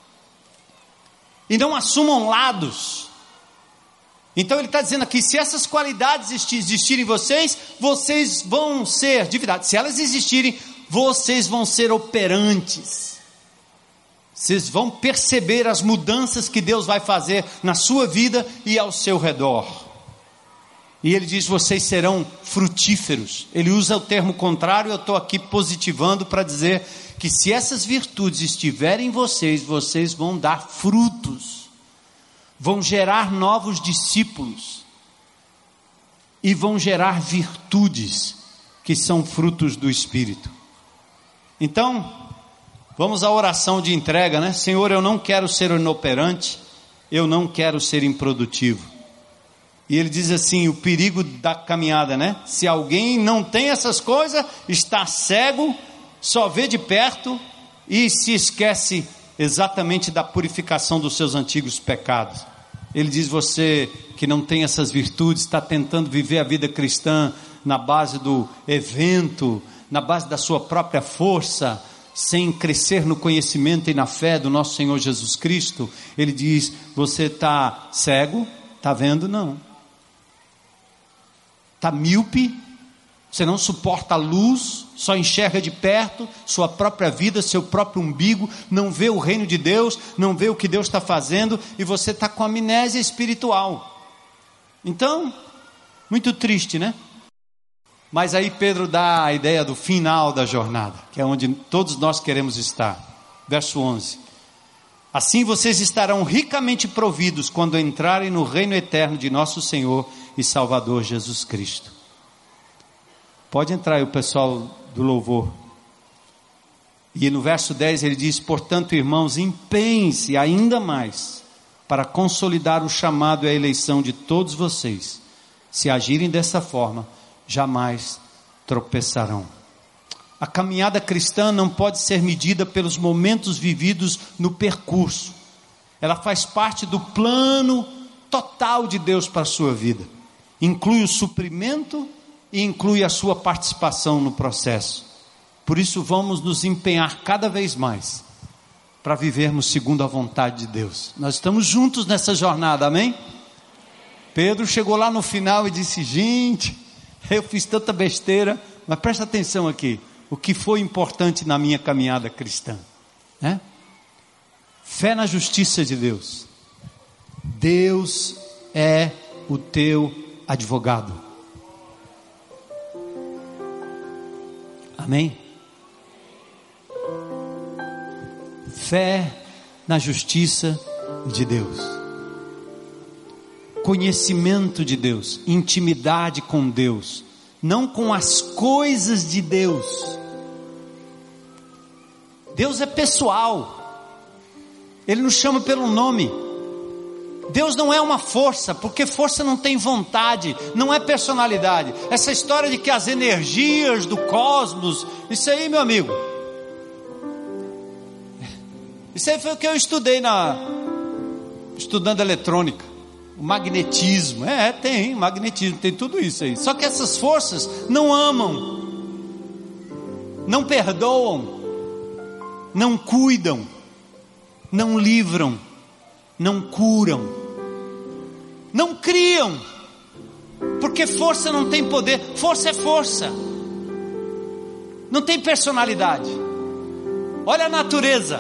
e não assumam lados. Então ele está dizendo aqui, se essas qualidades existirem em vocês, vocês vão ser, de verdade, se elas existirem, vocês vão ser operantes, vocês vão perceber as mudanças que Deus vai fazer na sua vida e ao seu redor. E ele diz, vocês serão frutíferos. Ele usa o termo contrário, eu estou aqui positivando para dizer que se essas virtudes estiverem em vocês, vocês vão dar frutos, vão gerar novos discípulos, e vão gerar virtudes, que são frutos do Espírito. Então, vamos à oração de entrega, né? Senhor, eu não quero ser inoperante, eu não quero ser improdutivo. E ele diz assim, o perigo da caminhada, né? Se alguém não tem essas coisas, está cego, só vê de perto e se esquece exatamente da purificação dos seus antigos pecados. Ele diz, você que não tem essas virtudes, está tentando viver a vida cristã na base do evento, na base da sua própria força, sem crescer no conhecimento e na fé do nosso Senhor Jesus Cristo. Ele diz, você está cego, está vendo? Não. Está míope, você não suporta a luz, só enxerga de perto sua própria vida, seu próprio umbigo, não vê o reino de Deus, não vê o que Deus está fazendo, e você está com amnésia espiritual. Então, muito triste, né? Mas aí Pedro dá a ideia do final da jornada, que é onde todos nós queremos estar. Verso onze. Assim vocês estarão ricamente providos quando entrarem no reino eterno de nosso Senhor e Salvador Jesus Cristo. Pode entrar aí o pessoal do louvor. E no verso dez ele diz, portanto, irmãos, empenhem-se ainda mais para consolidar o chamado e a eleição de todos vocês. Se agirem dessa forma, jamais tropeçarão. A caminhada cristã não pode ser medida pelos momentos vividos no percurso. Ela faz parte do plano total de Deus para a sua vida. Inclui o suprimento e inclui a sua participação no processo. Por isso vamos nos empenhar cada vez mais para vivermos segundo a vontade de Deus. Nós estamos juntos nessa jornada, amém? Pedro chegou lá no final e disse, gente, eu fiz tanta besteira, mas presta atenção aqui, o que foi importante na minha caminhada cristã, né? Fé na justiça de Deus. Deus é o teu advogado. Amém? Fé na justiça de Deus. Conhecimento de Deus, intimidade com Deus, não com as coisas de Deus. Deus é pessoal, Ele nos chama pelo nome. Deus não é uma força, porque força não tem vontade, não é personalidade. Essa história de que as energias do cosmos, isso aí, meu amigo, isso aí foi o que eu estudei na, estudando eletrônica, o magnetismo. É, tem magnetismo, tem tudo isso aí. Só que essas forças não amam, não perdoam, não cuidam, não livram, não curam, não criam, porque força não tem poder. Força é força, não tem personalidade. Olha a natureza.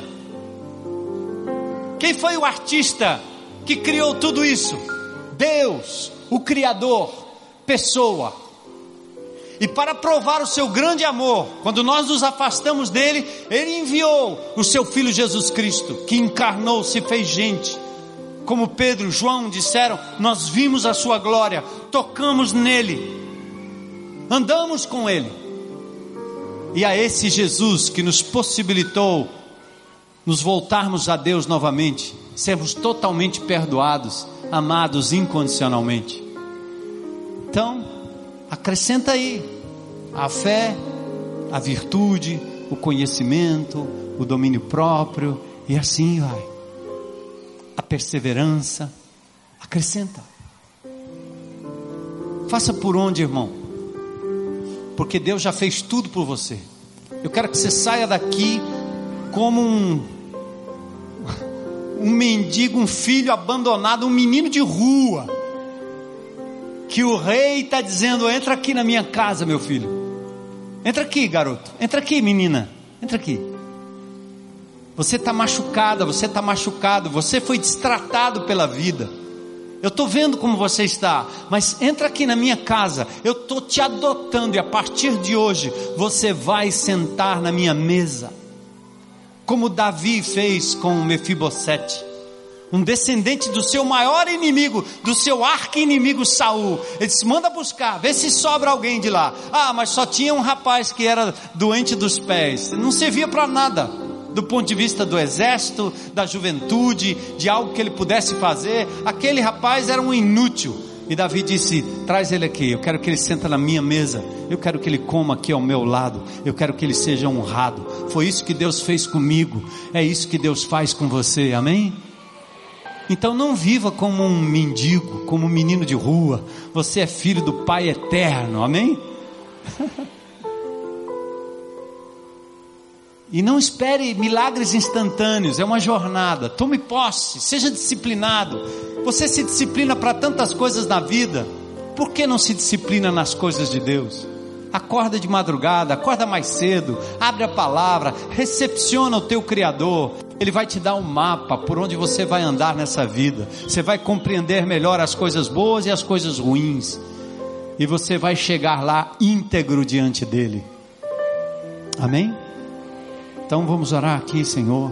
Quem foi o artista que criou tudo isso? Deus, o Criador, pessoa. E para provar o seu grande amor, quando nós nos afastamos dele, ele enviou o seu Filho Jesus Cristo, que encarnou, se fez gente. Como Pedro e João disseram, nós vimos a sua glória, tocamos nele, andamos com ele. e a esse Jesus que nos possibilitou nos voltarmos a Deus novamente, sermos totalmente perdoados, amados incondicionalmente. Então, acrescenta aí a fé, a virtude, o conhecimento, o domínio próprio, e assim vai. A perseverança, acrescenta. Faça por onde, irmão? Porque Deus já fez tudo por você. Eu quero que você saia daqui como um um mendigo, um filho abandonado, um menino de rua, que o rei está dizendo: entra aqui na minha casa, meu filho, entra aqui, garoto, entra aqui, menina, entra aqui. Você está machucada, você está machucado, você foi destratado pela vida. Eu estou vendo como você está, mas entra aqui na minha casa, eu estou te adotando, e a partir de hoje você vai sentar na minha mesa, como Davi fez com Mefibosete, um descendente do seu maior inimigo, do seu arqui-inimigo Saul. Ele disse: manda buscar, vê se sobra alguém de lá. Ah, mas só tinha um rapaz que era doente dos pés, não servia para nada, do ponto de vista do exército, da juventude, de algo que ele pudesse fazer. Aquele rapaz era um inútil. E Davi disse: traz ele aqui, eu quero que ele sente na minha mesa, eu quero que ele coma aqui ao meu lado, eu quero que ele seja honrado. Foi isso que Deus fez comigo, é isso que Deus faz com você, amém? Então não viva como um mendigo, como um menino de rua. Você é filho do Pai eterno, amém? E não espere milagres instantâneos, é uma jornada. Tome posse, seja disciplinado. Você se disciplina para tantas coisas na vida, por que não se disciplina nas coisas de Deus? Acorda de madrugada, acorda mais cedo, abre a palavra, recepciona o teu Criador. Ele vai te dar um mapa por onde você vai andar nessa vida. Você vai compreender melhor as coisas boas e as coisas ruins, e você vai chegar lá íntegro diante dele, amém? Então vamos orar aqui, Senhor.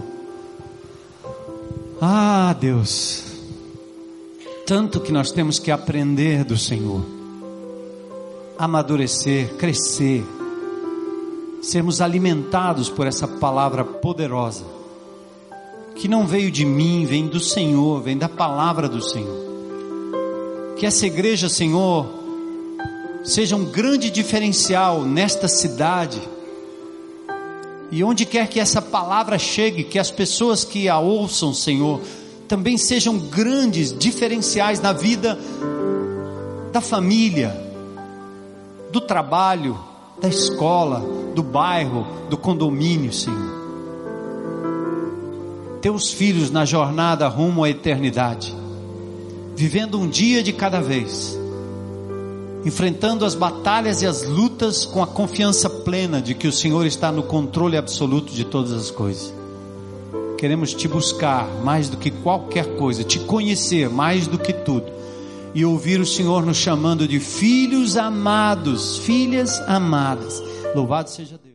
Ah, Deus, tanto que nós temos que aprender do Senhor, amadurecer, crescer, sermos alimentados por essa palavra poderosa, que não veio de mim, vem do Senhor, vem da palavra do Senhor. Que essa igreja, Senhor, seja um grande diferencial nesta cidade, e onde quer que essa palavra chegue, que as pessoas que a ouçam, Senhor, também sejam grandes diferenciais na vida da família, do trabalho, da escola, do bairro, do condomínio, Senhor. Teus filhos na jornada rumo à eternidade, vivendo um dia de cada vez, enfrentando as batalhas e as lutas com a confiança plena de que o Senhor está no controle absoluto de todas as coisas. Queremos te buscar mais do que qualquer coisa, te conhecer mais do que tudo, e ouvir o Senhor nos chamando de filhos amados, filhas amadas. Louvado seja Deus.